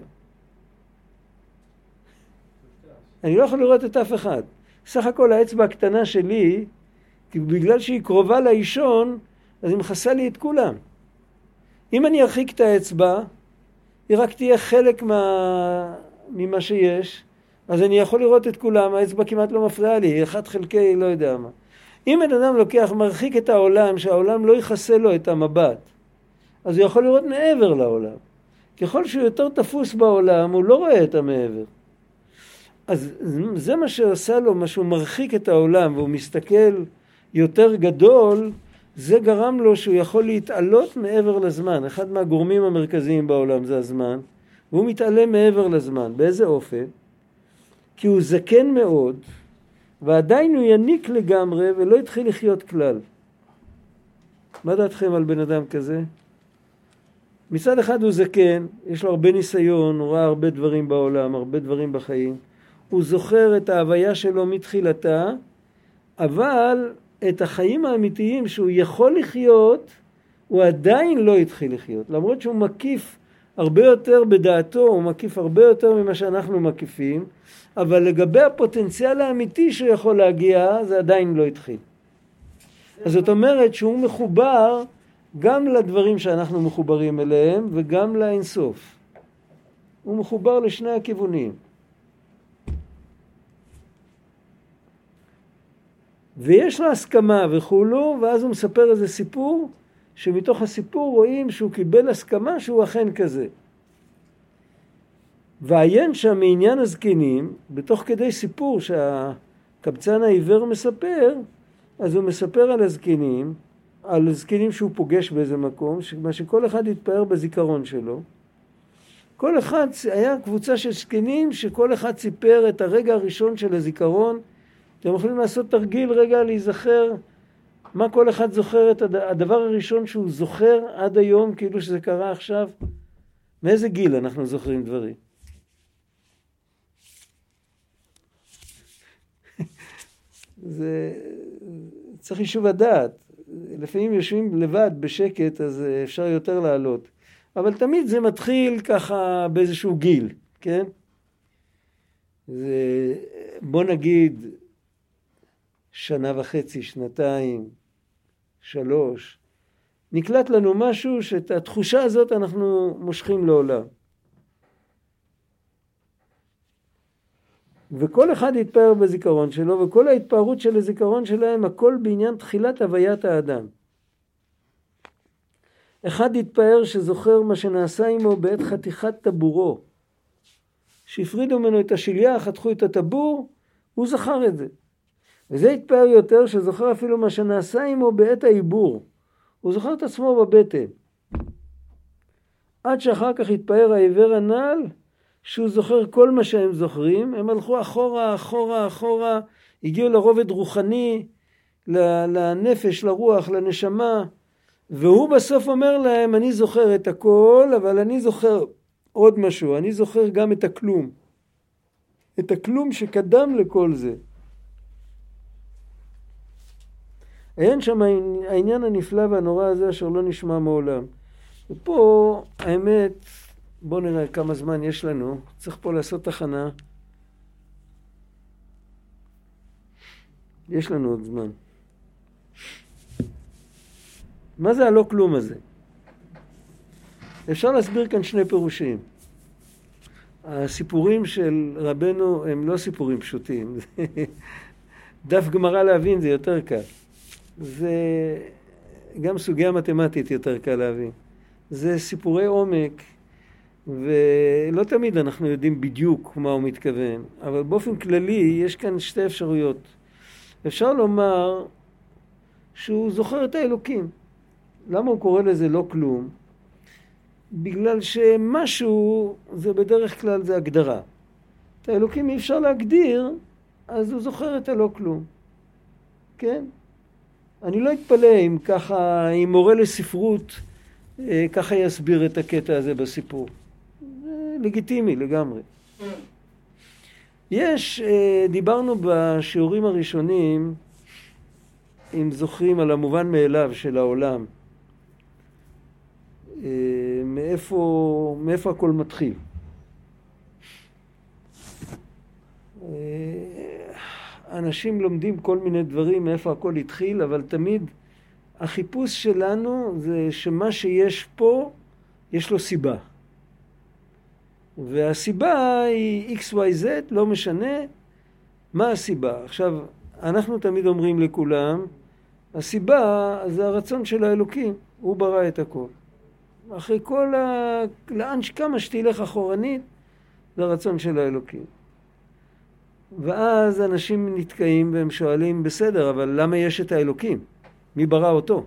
אני לא יכול לראות את אף אחד. סך הכל האצבע הקטנה שלי, כי בגלל שהיא קרובה לאישון, אז היא מכסה לי את כולם. אם אני ארחיק את האצבע, היא רק תהיה חלק מה... ממה שיש, אז אני יכול לראות את כולם, האצבע כמעט לא מפריעה לי, היא אחת חלקי לא יודע מה. אם בן אדם לוקח, מרחיק את העולם, שהעולם לא יכסה לו את המבט, אז הוא יכול לראות מעבר לעולם. ככל שהוא יותר תפוס בעולם, הוא לא רואה את המעבר. אז זה מה שעושה לו, מה שהוא מרחיק את העולם, והוא מסתכל יותר גדול, זה גרם לו שהוא יכול להתעלות מעבר לזמן. אחד מהגורמים המרכזיים בעולם זה הזמן, והוא מתעלה מעבר לזמן. באיזה אופן? כי הוא זקן מאוד, ועדיין הוא יניק לגמרי ולא התחיל לחיות כלל. מה דעתכם על בן אדם כזה? מצד אחד הוא זקן, יש לו הרבה ניסיון, הוא ראה הרבה דברים בעולם, הרבה דברים בחיים. הוא זוכר את ההוויה שלו מתחילתה, אבל את החיים האמיתיים שהוא יכול לחיות, הוא עדיין לא התחיל לחיות. למרות שהוא מקיף הרבה יותר בדעתו, הוא מקיף הרבה יותר ממה שאנחנו מקיפים, אבל לגבי הפוטנציאל האמיתי שהוא יכול להגיע, זה עדיין לא התחיל. אז זאת אומרת שהוא מחובר גם לדברים שאנחנו מחוברים אליהם, וגם לאינסוף. הוא מחובר לשני הכיוונים. ויש לו הסכמה וכולו, ואז הוא מספר איזה סיפור, שמתוך הסיפור רואים שהוא קיבל הסכמה שהוא אכן כזה. ועיין שם מעניין הזקנים, בתוך כדי סיפור שהקבצן העיוור מספר, אז הוא מספר על הזקנים, על הזקנים שהוא פוגש באיזה מקום, מה שכל אחד יתפאר בזיכרון שלו. כל אחד, היה קבוצה של זקנים שכל אחד סיפר את הרגע הראשון של הזיכרון. אתם יכולים לעשות תרגיל רגע להיזכר מה כל אחד זוכר, את הדבר הראשון שהוא זוכר עד היום, כאילו שזה קרה עכשיו. מאיזה גיל אנחנו זוכרים דברים? זה צריך יישוב הדעת. לפעמים יושבים לבד בשקט, אז אפשר יותר לעלות. אבל תמיד זה מתחיל ככה באיזשהו גיל, כן? זה, בוא נגיד שנה וחצי, שנתיים, שלוש. נקלט לנו משהו שאת התחושה הזאת אנחנו מושכים לעולם. וכל אחד יתפאר בזיכרון שלו, וכל ההתפארות של הזיכרון שלהם, הכל בעניין תחילת הוויית האדם. אחד יתפאר שזוכר מה שנעשה עמו בעת חתיכת טבורו. שהפרידו ממנו את השליה, חתכו את הטבור, הוא זכר את זה. וזה יתפאר יותר שזוכר אפילו מה שנעשה עמו בעת העיבור. הוא זוכר את עצמו בבטן. עד שאחר כך יתפאר העיוור הנ"ל, שהוא זוכר כל מה שהם זוכרים. הם הלכו אחורה, אחורה, אחורה, הגיעו לרובד רוחני, לנפש, לרוח, לנשמה, והוא בסוף אומר להם, אני זוכר את הכל, אבל אני זוכר עוד משהו, אני זוכר גם את הכלום. את הכלום שקדם לכל זה. אין שם העניין הנפלא והנורא הזה אשר לא נשמע מעולם. ופה האמת, בואו נראה כמה זמן יש לנו, צריך פה לעשות תחנה. יש לנו עוד זמן. מה זה הלא כלום הזה? אפשר להסביר כאן שני פירושים. הסיפורים של רבנו הם לא סיפורים פשוטים. דף גמרא להבין זה יותר קל. זה גם סוגיה מתמטית יותר קל להבין. זה סיפורי עומק, ולא תמיד אנחנו יודעים בדיוק מה הוא מתכוון. אבל באופן כללי יש כאן שתי אפשרויות. אפשר לומר שהוא זוכר את האלוקים. למה הוא קורא לזה לא כלום? בגלל שמשהו, זה בדרך כלל זה הגדרה. את האלוקים אי אפשר להגדיר, אז הוא זוכר את הלא כלום. כן? אני לא אתפלא אם ככה, אם מורה לספרות, ככה יסביר את הקטע הזה בסיפור. זה לגיטימי לגמרי. יש, דיברנו בשיעורים הראשונים, אם זוכרים על המובן מאליו של העולם, מאיפה, מאיפה הכל מתחיל. אנשים לומדים כל מיני דברים מאיפה הכל התחיל, אבל תמיד החיפוש שלנו זה שמה שיש פה יש לו סיבה. והסיבה היא אקס וואי זד, לא משנה מה הסיבה. עכשיו, אנחנו תמיד אומרים לכולם, הסיבה זה הרצון של האלוקים, הוא ברא את הכל. אחרי כל ה... לאן כמה שתלך אחורנית, זה הרצון של האלוקים. ואז אנשים נתקעים והם שואלים, בסדר, אבל למה יש את האלוקים? מי ברא אותו?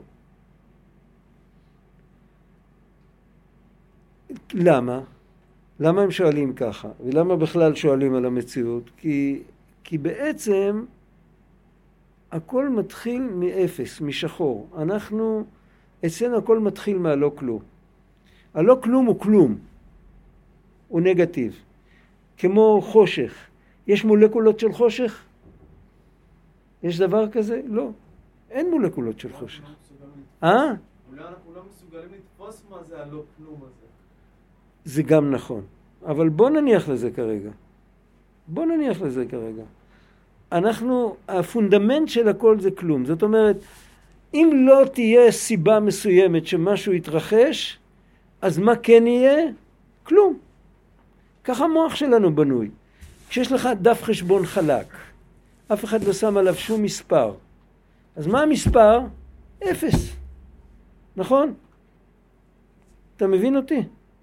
למה? למה הם שואלים ככה? ולמה בכלל שואלים על המציאות? כי, כי בעצם הכל מתחיל מאפס, משחור. אנחנו, אצלנו הכל מתחיל מהלא כלום. הלא כלום הוא כלום. הוא נגטיב. כמו חושך. יש מולקולות של חושך? יש דבר כזה? לא. אין מולקולות של חושך. אה? אולי אנחנו לא מסוגלים לתפוס מה זה הלא כלום הזה. זה גם נכון. אבל בוא נניח לזה כרגע. בוא נניח לזה כרגע. אנחנו, הפונדמנט של הכל זה כלום. זאת אומרת, אם לא תהיה סיבה מסוימת שמשהו יתרחש, אז מה כן יהיה? כלום. ככה המוח שלנו בנוי. כשיש לך דף חשבון חלק, אף אחד לא שם עליו שום מספר. אז מה המספר? אפס. נכון? אתה מבין אותי?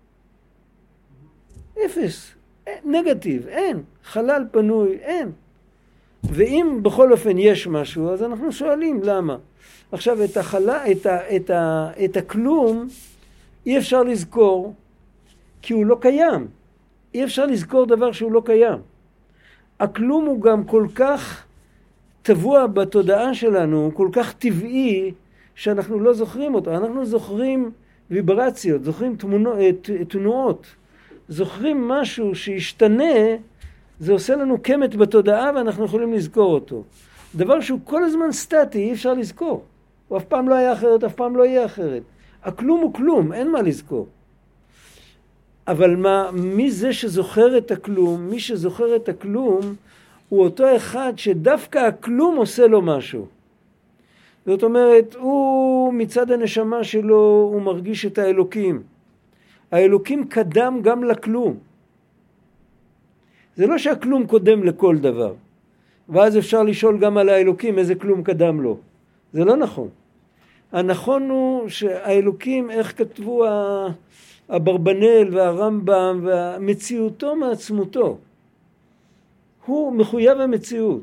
אפס. נגטיב, אין. חלל פנוי, אין. ואם בכל אופן יש משהו, אז אנחנו שואלים למה. עכשיו, את החלל, את, ה, את, ה, את הכלום, אי אפשר לזכור, כי הוא לא קיים. אי אפשר לזכור דבר שהוא לא קיים. הכלום הוא גם כל כך טבוע בתודעה שלנו, הוא כל כך טבעי, שאנחנו לא זוכרים אותו. אנחנו זוכרים ויברציות, זוכרים תמונות, תנועות, זוכרים משהו שישתנה, זה עושה לנו קמת בתודעה ואנחנו יכולים לזכור אותו. דבר שהוא כל הזמן סטטי, אי אפשר לזכור. הוא אף פעם לא היה אחרת, אף פעם לא יהיה אחרת. הכלום הוא כלום, אין מה לזכור. אבל מה, מי זה שזוכר את הכלום? מי שזוכר את הכלום הוא אותו אחד שדווקא הכלום עושה לו משהו. זאת אומרת, הוא מצד הנשמה שלו, הוא מרגיש את האלוקים. האלוקים קדם גם לכלום. זה לא שהכלום קודם לכל דבר. ואז אפשר לשאול גם על האלוקים איזה כלום קדם לו. זה לא נכון. הנכון הוא שהאלוקים, איך כתבו אברבנאל והרמב"ם, ומציאותו מעצמותו. הוא מחויב המציאות.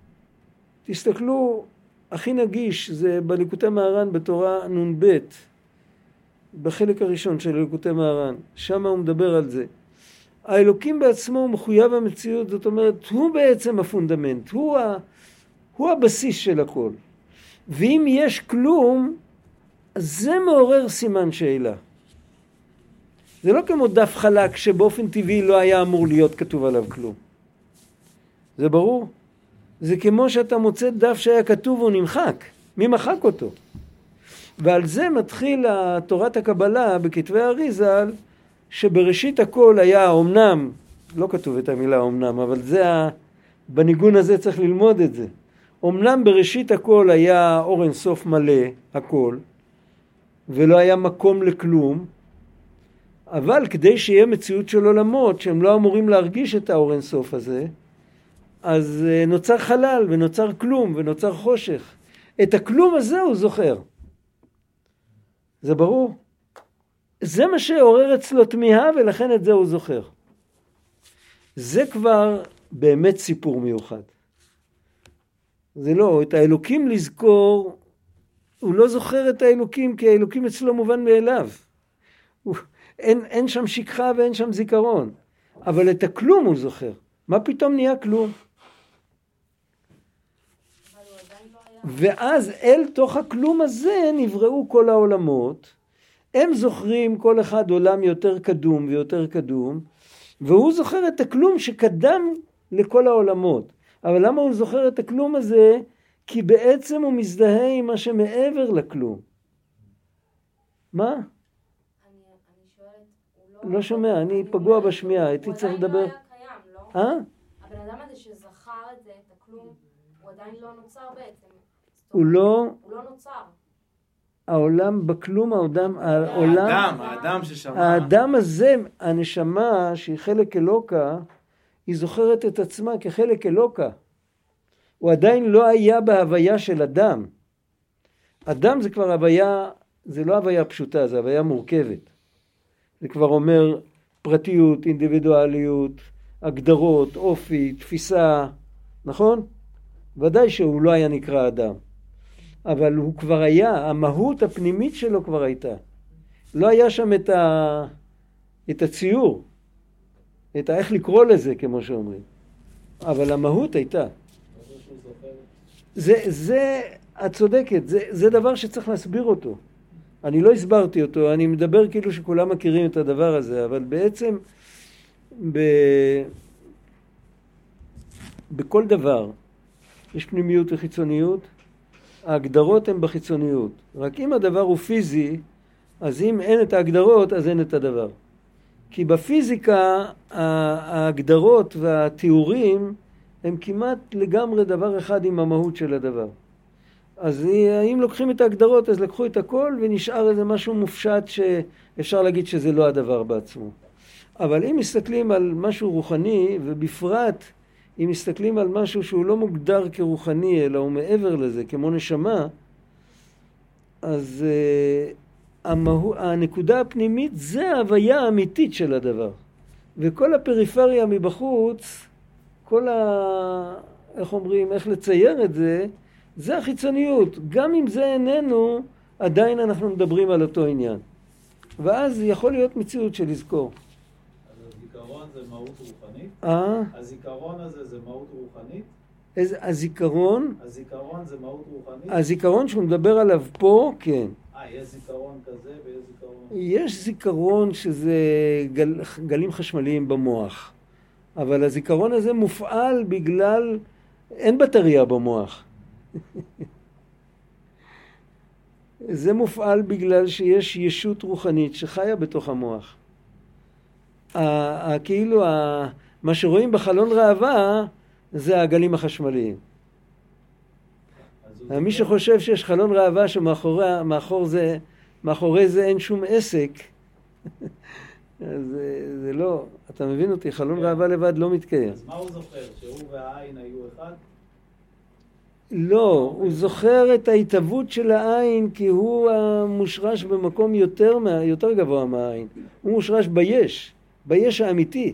תסתכלו, הכי נגיש, זה בליקוטי מהר"ן בתורה נון ב', בחלק הראשון של ליקוטי מהר"ן. שם הוא מדבר על זה. האלוקים בעצמו הוא מחויב המציאות, זאת אומרת, הוא בעצם הפונדמנט, הוא, ה, הוא הבסיס של הכל. ואם יש כלום, זה מעורר סימן שאלה. זה לא כמו דף חלק שבאופן טבעי לא היה אמור להיות כתוב עליו כלום. זה ברור? זה כמו שאתה מוצא דף שהיה כתוב והוא נמחק. מי מחק אותו? ועל זה מתחיל תורת הקבלה בכתבי אריז"ל, שבראשית הכל היה אומנם, לא כתוב את המילה אומנם, אבל זה ה... בניגון הזה צריך ללמוד את זה. אומנם בראשית הכל היה אור אין סוף מלא, הכל, ולא היה מקום לכלום, אבל כדי שיהיה מציאות של עולמות, שהם לא אמורים להרגיש את האור אין סוף הזה, אז נוצר חלל ונוצר כלום ונוצר חושך. את הכלום הזה הוא זוכר. זה ברור? זה מה שעורר אצלו תמיהה, ולכן את זה הוא זוכר. זה כבר באמת סיפור מיוחד. זה לא, את האלוקים לזכור, הוא לא זוכר את האלוקים, כי האלוקים אצלו מובן מאליו. הוא, אין, אין שם שכחה ואין שם זיכרון. אבל את הכלום הוא זוכר. מה פתאום נהיה כלום? ואז אל תוך הכלום הזה נבראו כל העולמות, הם זוכרים כל אחד עולם יותר קדום ויותר קדום, והוא זוכר את הכלום שקדם לכל העולמות. אבל למה הוא זוכר את הכלום הזה? כי בעצם הוא מזדהה עם מה שמעבר לכלום. מה? אני, אני שואלת, הוא לא... לא שומע, אני פגוע בשמיעה, הייתי צריך לדבר. הוא עדיין לא היה קיים, לא? אה? הבן אדם הזה שזכר את זה, את הכלום, הוא עדיין לא נוצר בעצם. הוא לא... הוא לא נוצר. העולם בכלום, העולם... העולם... האדם, האדם ששמע. האדם הזה, הנשמה שהיא חלק אלוקה, היא זוכרת את עצמה כחלק אלוקה. הוא עדיין לא היה בהוויה של אדם. אדם זה כבר הוויה, זה לא הוויה פשוטה, זה הוויה מורכבת. זה כבר אומר פרטיות, אינדיבידואליות, הגדרות, אופי, תפיסה, נכון? ודאי שהוא לא היה נקרא אדם. אבל הוא כבר היה, המהות הפנימית שלו כבר הייתה. לא היה שם את, ה, את הציור, את ה, איך לקרוא לזה, כמו שאומרים. אבל המהות הייתה. זה, זה, את צודקת, זה, זה דבר שצריך להסביר אותו. אני לא הסברתי אותו, אני מדבר כאילו שכולם מכירים את הדבר הזה, אבל בעצם ב, בכל דבר יש פנימיות וחיצוניות, ההגדרות הן בחיצוניות. רק אם הדבר הוא פיזי, אז אם אין את ההגדרות, אז אין את הדבר. כי בפיזיקה ההגדרות והתיאורים הם כמעט לגמרי דבר אחד עם המהות של הדבר. אז אם לוקחים את ההגדרות, אז לקחו את הכל ונשאר איזה משהו מופשט שאפשר להגיד שזה לא הדבר בעצמו. אבל אם מסתכלים על משהו רוחני, ובפרט אם מסתכלים על משהו שהוא לא מוגדר כרוחני, אלא הוא מעבר לזה, כמו נשמה, אז המהו, הנקודה הפנימית זה ההוויה האמיתית של הדבר. וכל הפריפריה מבחוץ, כל ה... איך אומרים, איך לצייר את זה, זה החיצוניות. גם אם זה איננו, עדיין אנחנו מדברים על אותו עניין. ואז יכול להיות מציאות של לזכור. אז הזיכרון זה מהות רוחנית? אה? הזיכרון הזה זה מהות רוחנית? איזה, הזיכרון? הזיכרון זה מהות רוחנית? הזיכרון שהוא מדבר עליו פה, כן. אה, יש זיכרון כזה ויש זיכרון... יש זיכרון שזה גל, גלים חשמליים במוח. אבל הזיכרון הזה מופעל בגלל... אין בטריה במוח. זה מופעל בגלל שיש ישות רוחנית שחיה בתוך המוח. כאילו מה שרואים בחלון ראווה זה הגלים החשמליים. מי שחושב שיש חלון ראווה שמאחורי זה, מאחורי זה אין שום עסק, זה, זה לא, אתה מבין אותי, חלון ראווה לבד לא מתקיים. אז מה הוא זוכר? שהוא והעין היו אחד? לא, הוא זוכר את ההתהוות של העין כי הוא מושרש במקום יותר, יותר גבוה מהעין. הוא מושרש ביש, ביש האמיתי.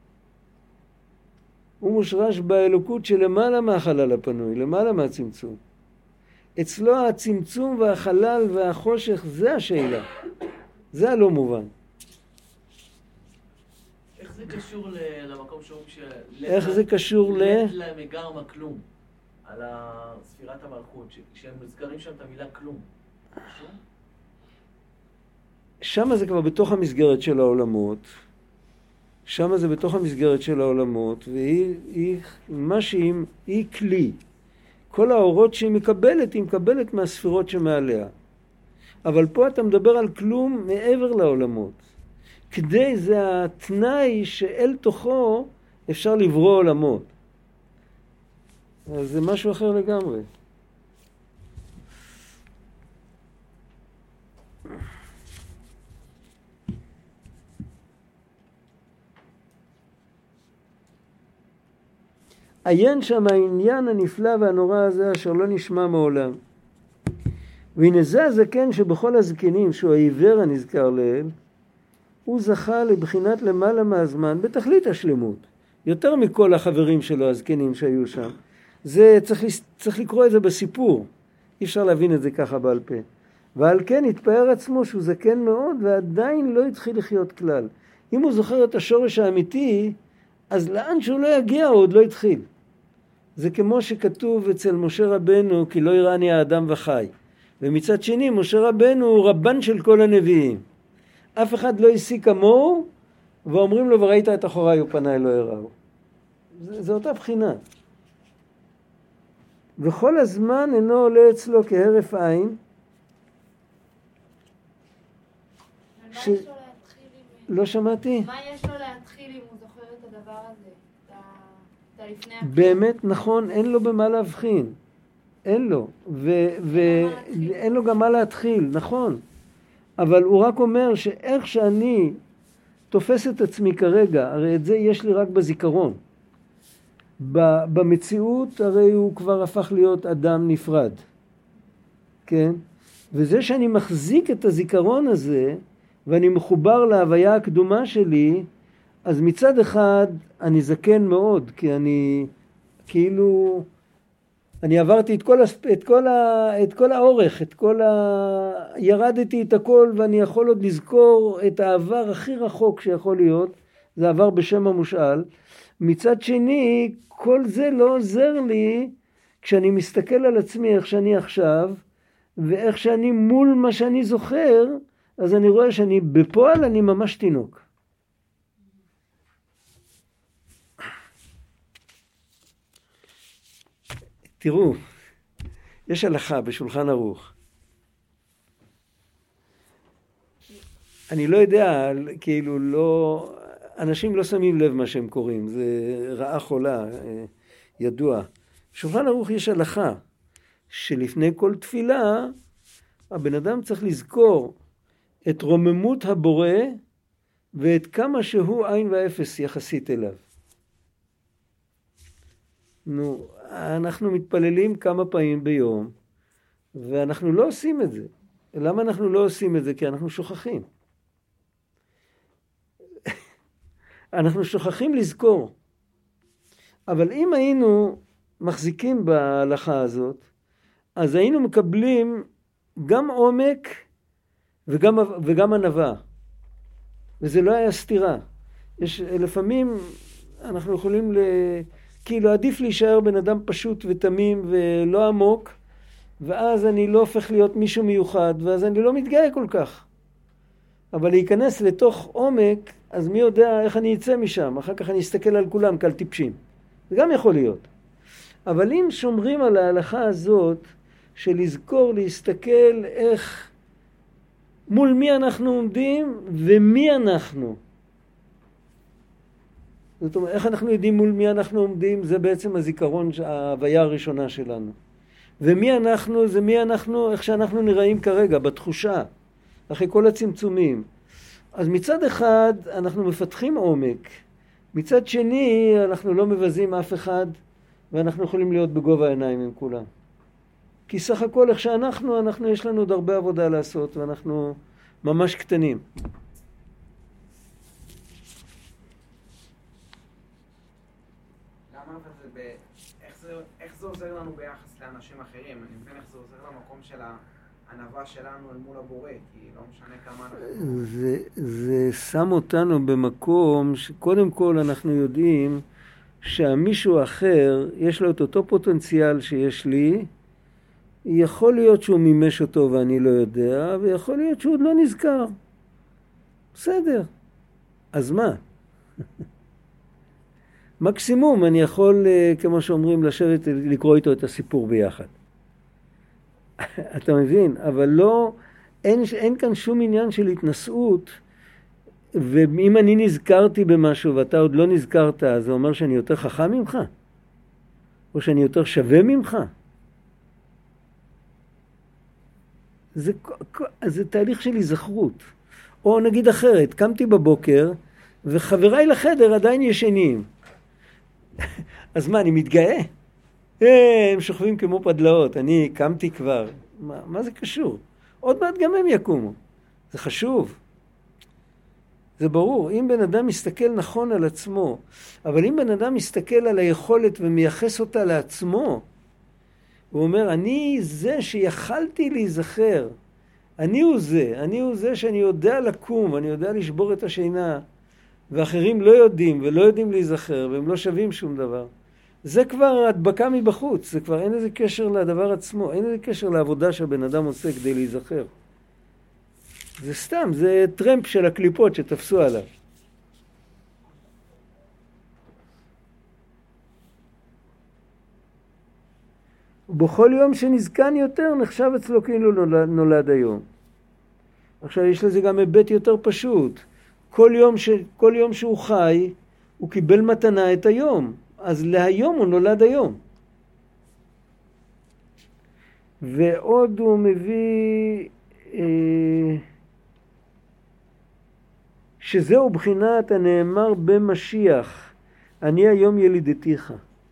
הוא מושרש באלוקות שלמעלה מהחלל הפנוי, למעלה מהצמצום. אצלו הצמצום והחלל והחושך זה השאלה. זה הלא מובן. איך זה קשור למקום שאומרים ש... איך זה קשור ל... לב להם מגרמה כלום. על ספירת המלכות, כשהם מזכרים שם את המילה כלום. שם זה כבר בתוך המסגרת של העולמות. שם זה בתוך המסגרת של העולמות, והיא היא, מה שהיא, היא כלי. כל האורות שהיא מקבלת, היא מקבלת מהספירות שמעליה. אבל פה אתה מדבר על כלום מעבר לעולמות. כדי זה התנאי שאל תוכו אפשר לברוא עולמות. אז זה משהו אחר לגמרי. עיין שם העניין הנפלא והנורא הזה אשר לא נשמע מעולם. והנה זה הזקן שבכל הזקנים שהוא העיוור הנזכר לאל, הוא זכה לבחינת למעלה מהזמן בתכלית השלמות. יותר מכל החברים שלו הזקנים שהיו שם. זה צריך, צריך לקרוא את זה בסיפור. אי אפשר להבין את זה ככה בעל פה. ועל כן התפאר עצמו שהוא זקן מאוד ועדיין לא התחיל לחיות כלל. אם הוא זוכר את השורש האמיתי, אז לאן שהוא לא יגיע הוא עוד לא התחיל. זה כמו שכתוב אצל משה רבנו, כי לא יראני האדם וחי. ומצד שני, משה רבנו הוא רבן של כל הנביאים. אף אחד לא השיג כמוהו, ואומרים לו, וראית את אחוריי ופניי לא יראו. זה, זה אותה בחינה. וכל הזמן אינו עולה אצלו כהרף עין. ש... לא שמעתי. מה יש לו להתחיל אם הוא זוכר את הדבר הזה? את הלפני הכי? באמת נכון, אין לו במה להבחין. אין לו. ואין לו גם מה להתחיל, נכון. אבל הוא רק אומר שאיך שאני תופס את עצמי כרגע, הרי את זה יש לי רק בזיכרון. במציאות הרי הוא כבר הפך להיות אדם נפרד. כן? וזה שאני מחזיק את הזיכרון הזה, ואני מחובר להוויה הקדומה שלי, אז מצד אחד אני זקן מאוד, כי אני כאילו, אני עברתי את כל, את כל, ה, את כל האורך, את כל ה, ירדתי את הכל, ואני יכול עוד לזכור את העבר הכי רחוק שיכול להיות, זה עבר בשם המושאל. מצד שני, כל זה לא עוזר לי כשאני מסתכל על עצמי איך שאני עכשיו, ואיך שאני מול מה שאני זוכר, אז אני רואה שאני בפועל אני ממש תינוק. תראו, יש הלכה בשולחן ערוך. אני לא יודע, כאילו לא, אנשים לא שמים לב מה שהם קוראים, זה רעה חולה, ידוע. בשולחן ערוך יש הלכה, שלפני כל תפילה, הבן אדם צריך לזכור את רוממות הבורא, ואת כמה שהוא עין ואפס יחסית אליו. נו, אנחנו מתפללים כמה פעמים ביום, ואנחנו לא עושים את זה. למה אנחנו לא עושים את זה? כי אנחנו שוכחים. אנחנו שוכחים לזכור. אבל אם היינו מחזיקים בהלכה הזאת, אז היינו מקבלים גם עומק וגם, וגם ענווה. וזה לא היה סתירה. יש, לפעמים אנחנו יכולים, ל... כאילו עדיף להישאר בן אדם פשוט ותמים ולא עמוק, ואז אני לא הופך להיות מישהו מיוחד, ואז אני לא מתגאה כל כך. אבל להיכנס לתוך עומק, אז מי יודע איך אני אצא משם? אחר כך אני אסתכל על כולם כעל טיפשים. זה גם יכול להיות. אבל אם שומרים על ההלכה הזאת, של לזכור, להסתכל איך, מול מי אנחנו עומדים ומי אנחנו. זאת אומרת, איך אנחנו יודעים מול מי אנחנו עומדים, זה בעצם הזיכרון, ההוויה הראשונה שלנו. ומי אנחנו, זה מי אנחנו, איך שאנחנו נראים כרגע, בתחושה, אחרי כל הצמצומים. אז מצד אחד אנחנו מפתחים עומק, מצד שני אנחנו לא מבזים אף אחד, ואנחנו יכולים להיות בגובה העיניים עם כולם. כי סך הכל איך שאנחנו, אנחנו יש לנו עוד הרבה עבודה לעשות, ואנחנו ממש קטנים. למה אבל זה ב... איך זה, איך זה עוזר לנו ביחס לאנשים אחרים? אני מבין איך זה עוזר למקום של הענווה שלנו אל מול הבורא, כי לא משנה כמה אנחנו... זה, זה שם אותנו במקום שקודם כל אנחנו יודעים שהמישהו אחר יש לו את אותו פוטנציאל שיש לי, יכול להיות שהוא מימש אותו ואני לא יודע, ויכול להיות שהוא עוד לא נזכר. בסדר. אז מה? מקסימום אני יכול, כמו שאומרים, לשבת לקרוא איתו את הסיפור ביחד. אתה מבין? אבל לא, אין, אין כאן שום עניין של התנסות, ואם אני נזכרתי במשהו ואתה עוד לא נזכרת, אז זה אומר שאני יותר חכם ממך? או שאני יותר שווה ממך? זה, זה תהליך של היזכרות. או נגיד אחרת, קמתי בבוקר וחבריי לחדר עדיין ישנים. אז מה, אני מתגאה? הם שוכבים כמו פדלאות, אני קמתי כבר. מה, מה זה קשור? עוד מעט גם הם יקומו. זה חשוב. זה ברור. אם בן אדם מסתכל נכון על עצמו, אבל אם בן אדם מסתכל על היכולת ומייחס אותה לעצמו, הוא אומר, אני זה שיכלתי להיזכר. אני הוא זה. אני הוא זה שאני יודע לקום, אני יודע לשבור את השינה, ואחרים לא יודעים ולא יודעים להיזכר, והם לא שווים שום דבר. זה כבר הדבקה מבחוץ, זה כבר אין איזה קשר לדבר עצמו, אין איזה קשר לעבודה שהבן אדם עושה כדי להיזכר. זה סתם, זה טרמפ של הקליפות שתפסו עליו. ובכל יום שנזקן יותר נחשב אצלו כאילו נולד, נולד היום. עכשיו יש לזה גם היבט יותר פשוט. כל יום, ש, כל יום שהוא חי, הוא קיבל מתנה את היום. אז להיום הוא נולד היום. ועוד הוא מביא אה, שזהו בחינת הנאמר במשיח, אני היום ילידתיך.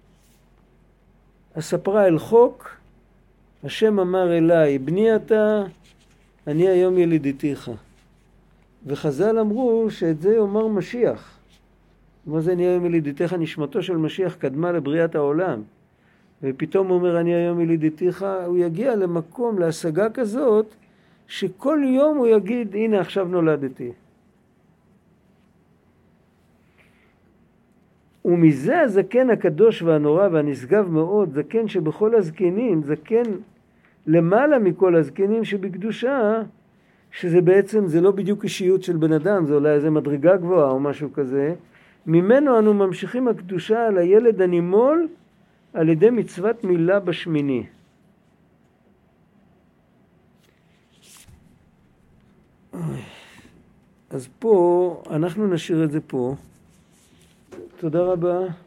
אספרה אל חוק, השם אמר אליי, בני אתה, אני היום ילידתיך. וחז"ל אמרו שאת זה יאמר משיח. מה זה אני היום ילידתיך? נשמתו של משיח קדמה לבריאת העולם. ופתאום הוא אומר אני היום ילידתיך, הוא יגיע למקום, להשגה כזאת, שכל יום הוא יגיד הנה עכשיו נולדתי. ומזה הזקן הקדוש והנורא והנשגב מאוד, זקן שבכל הזקנים, זקן למעלה מכל הזקנים שבקדושה, שזה בעצם, זה לא בדיוק אישיות של בן אדם, זה אולי איזה מדרגה גבוהה או משהו כזה, ממנו אנו ממשיכים הקדושה על הילד הנימול, על ידי מצוות מילה בשמיני. אז פה, אנחנו נשאיר את זה פה. תודה רבה.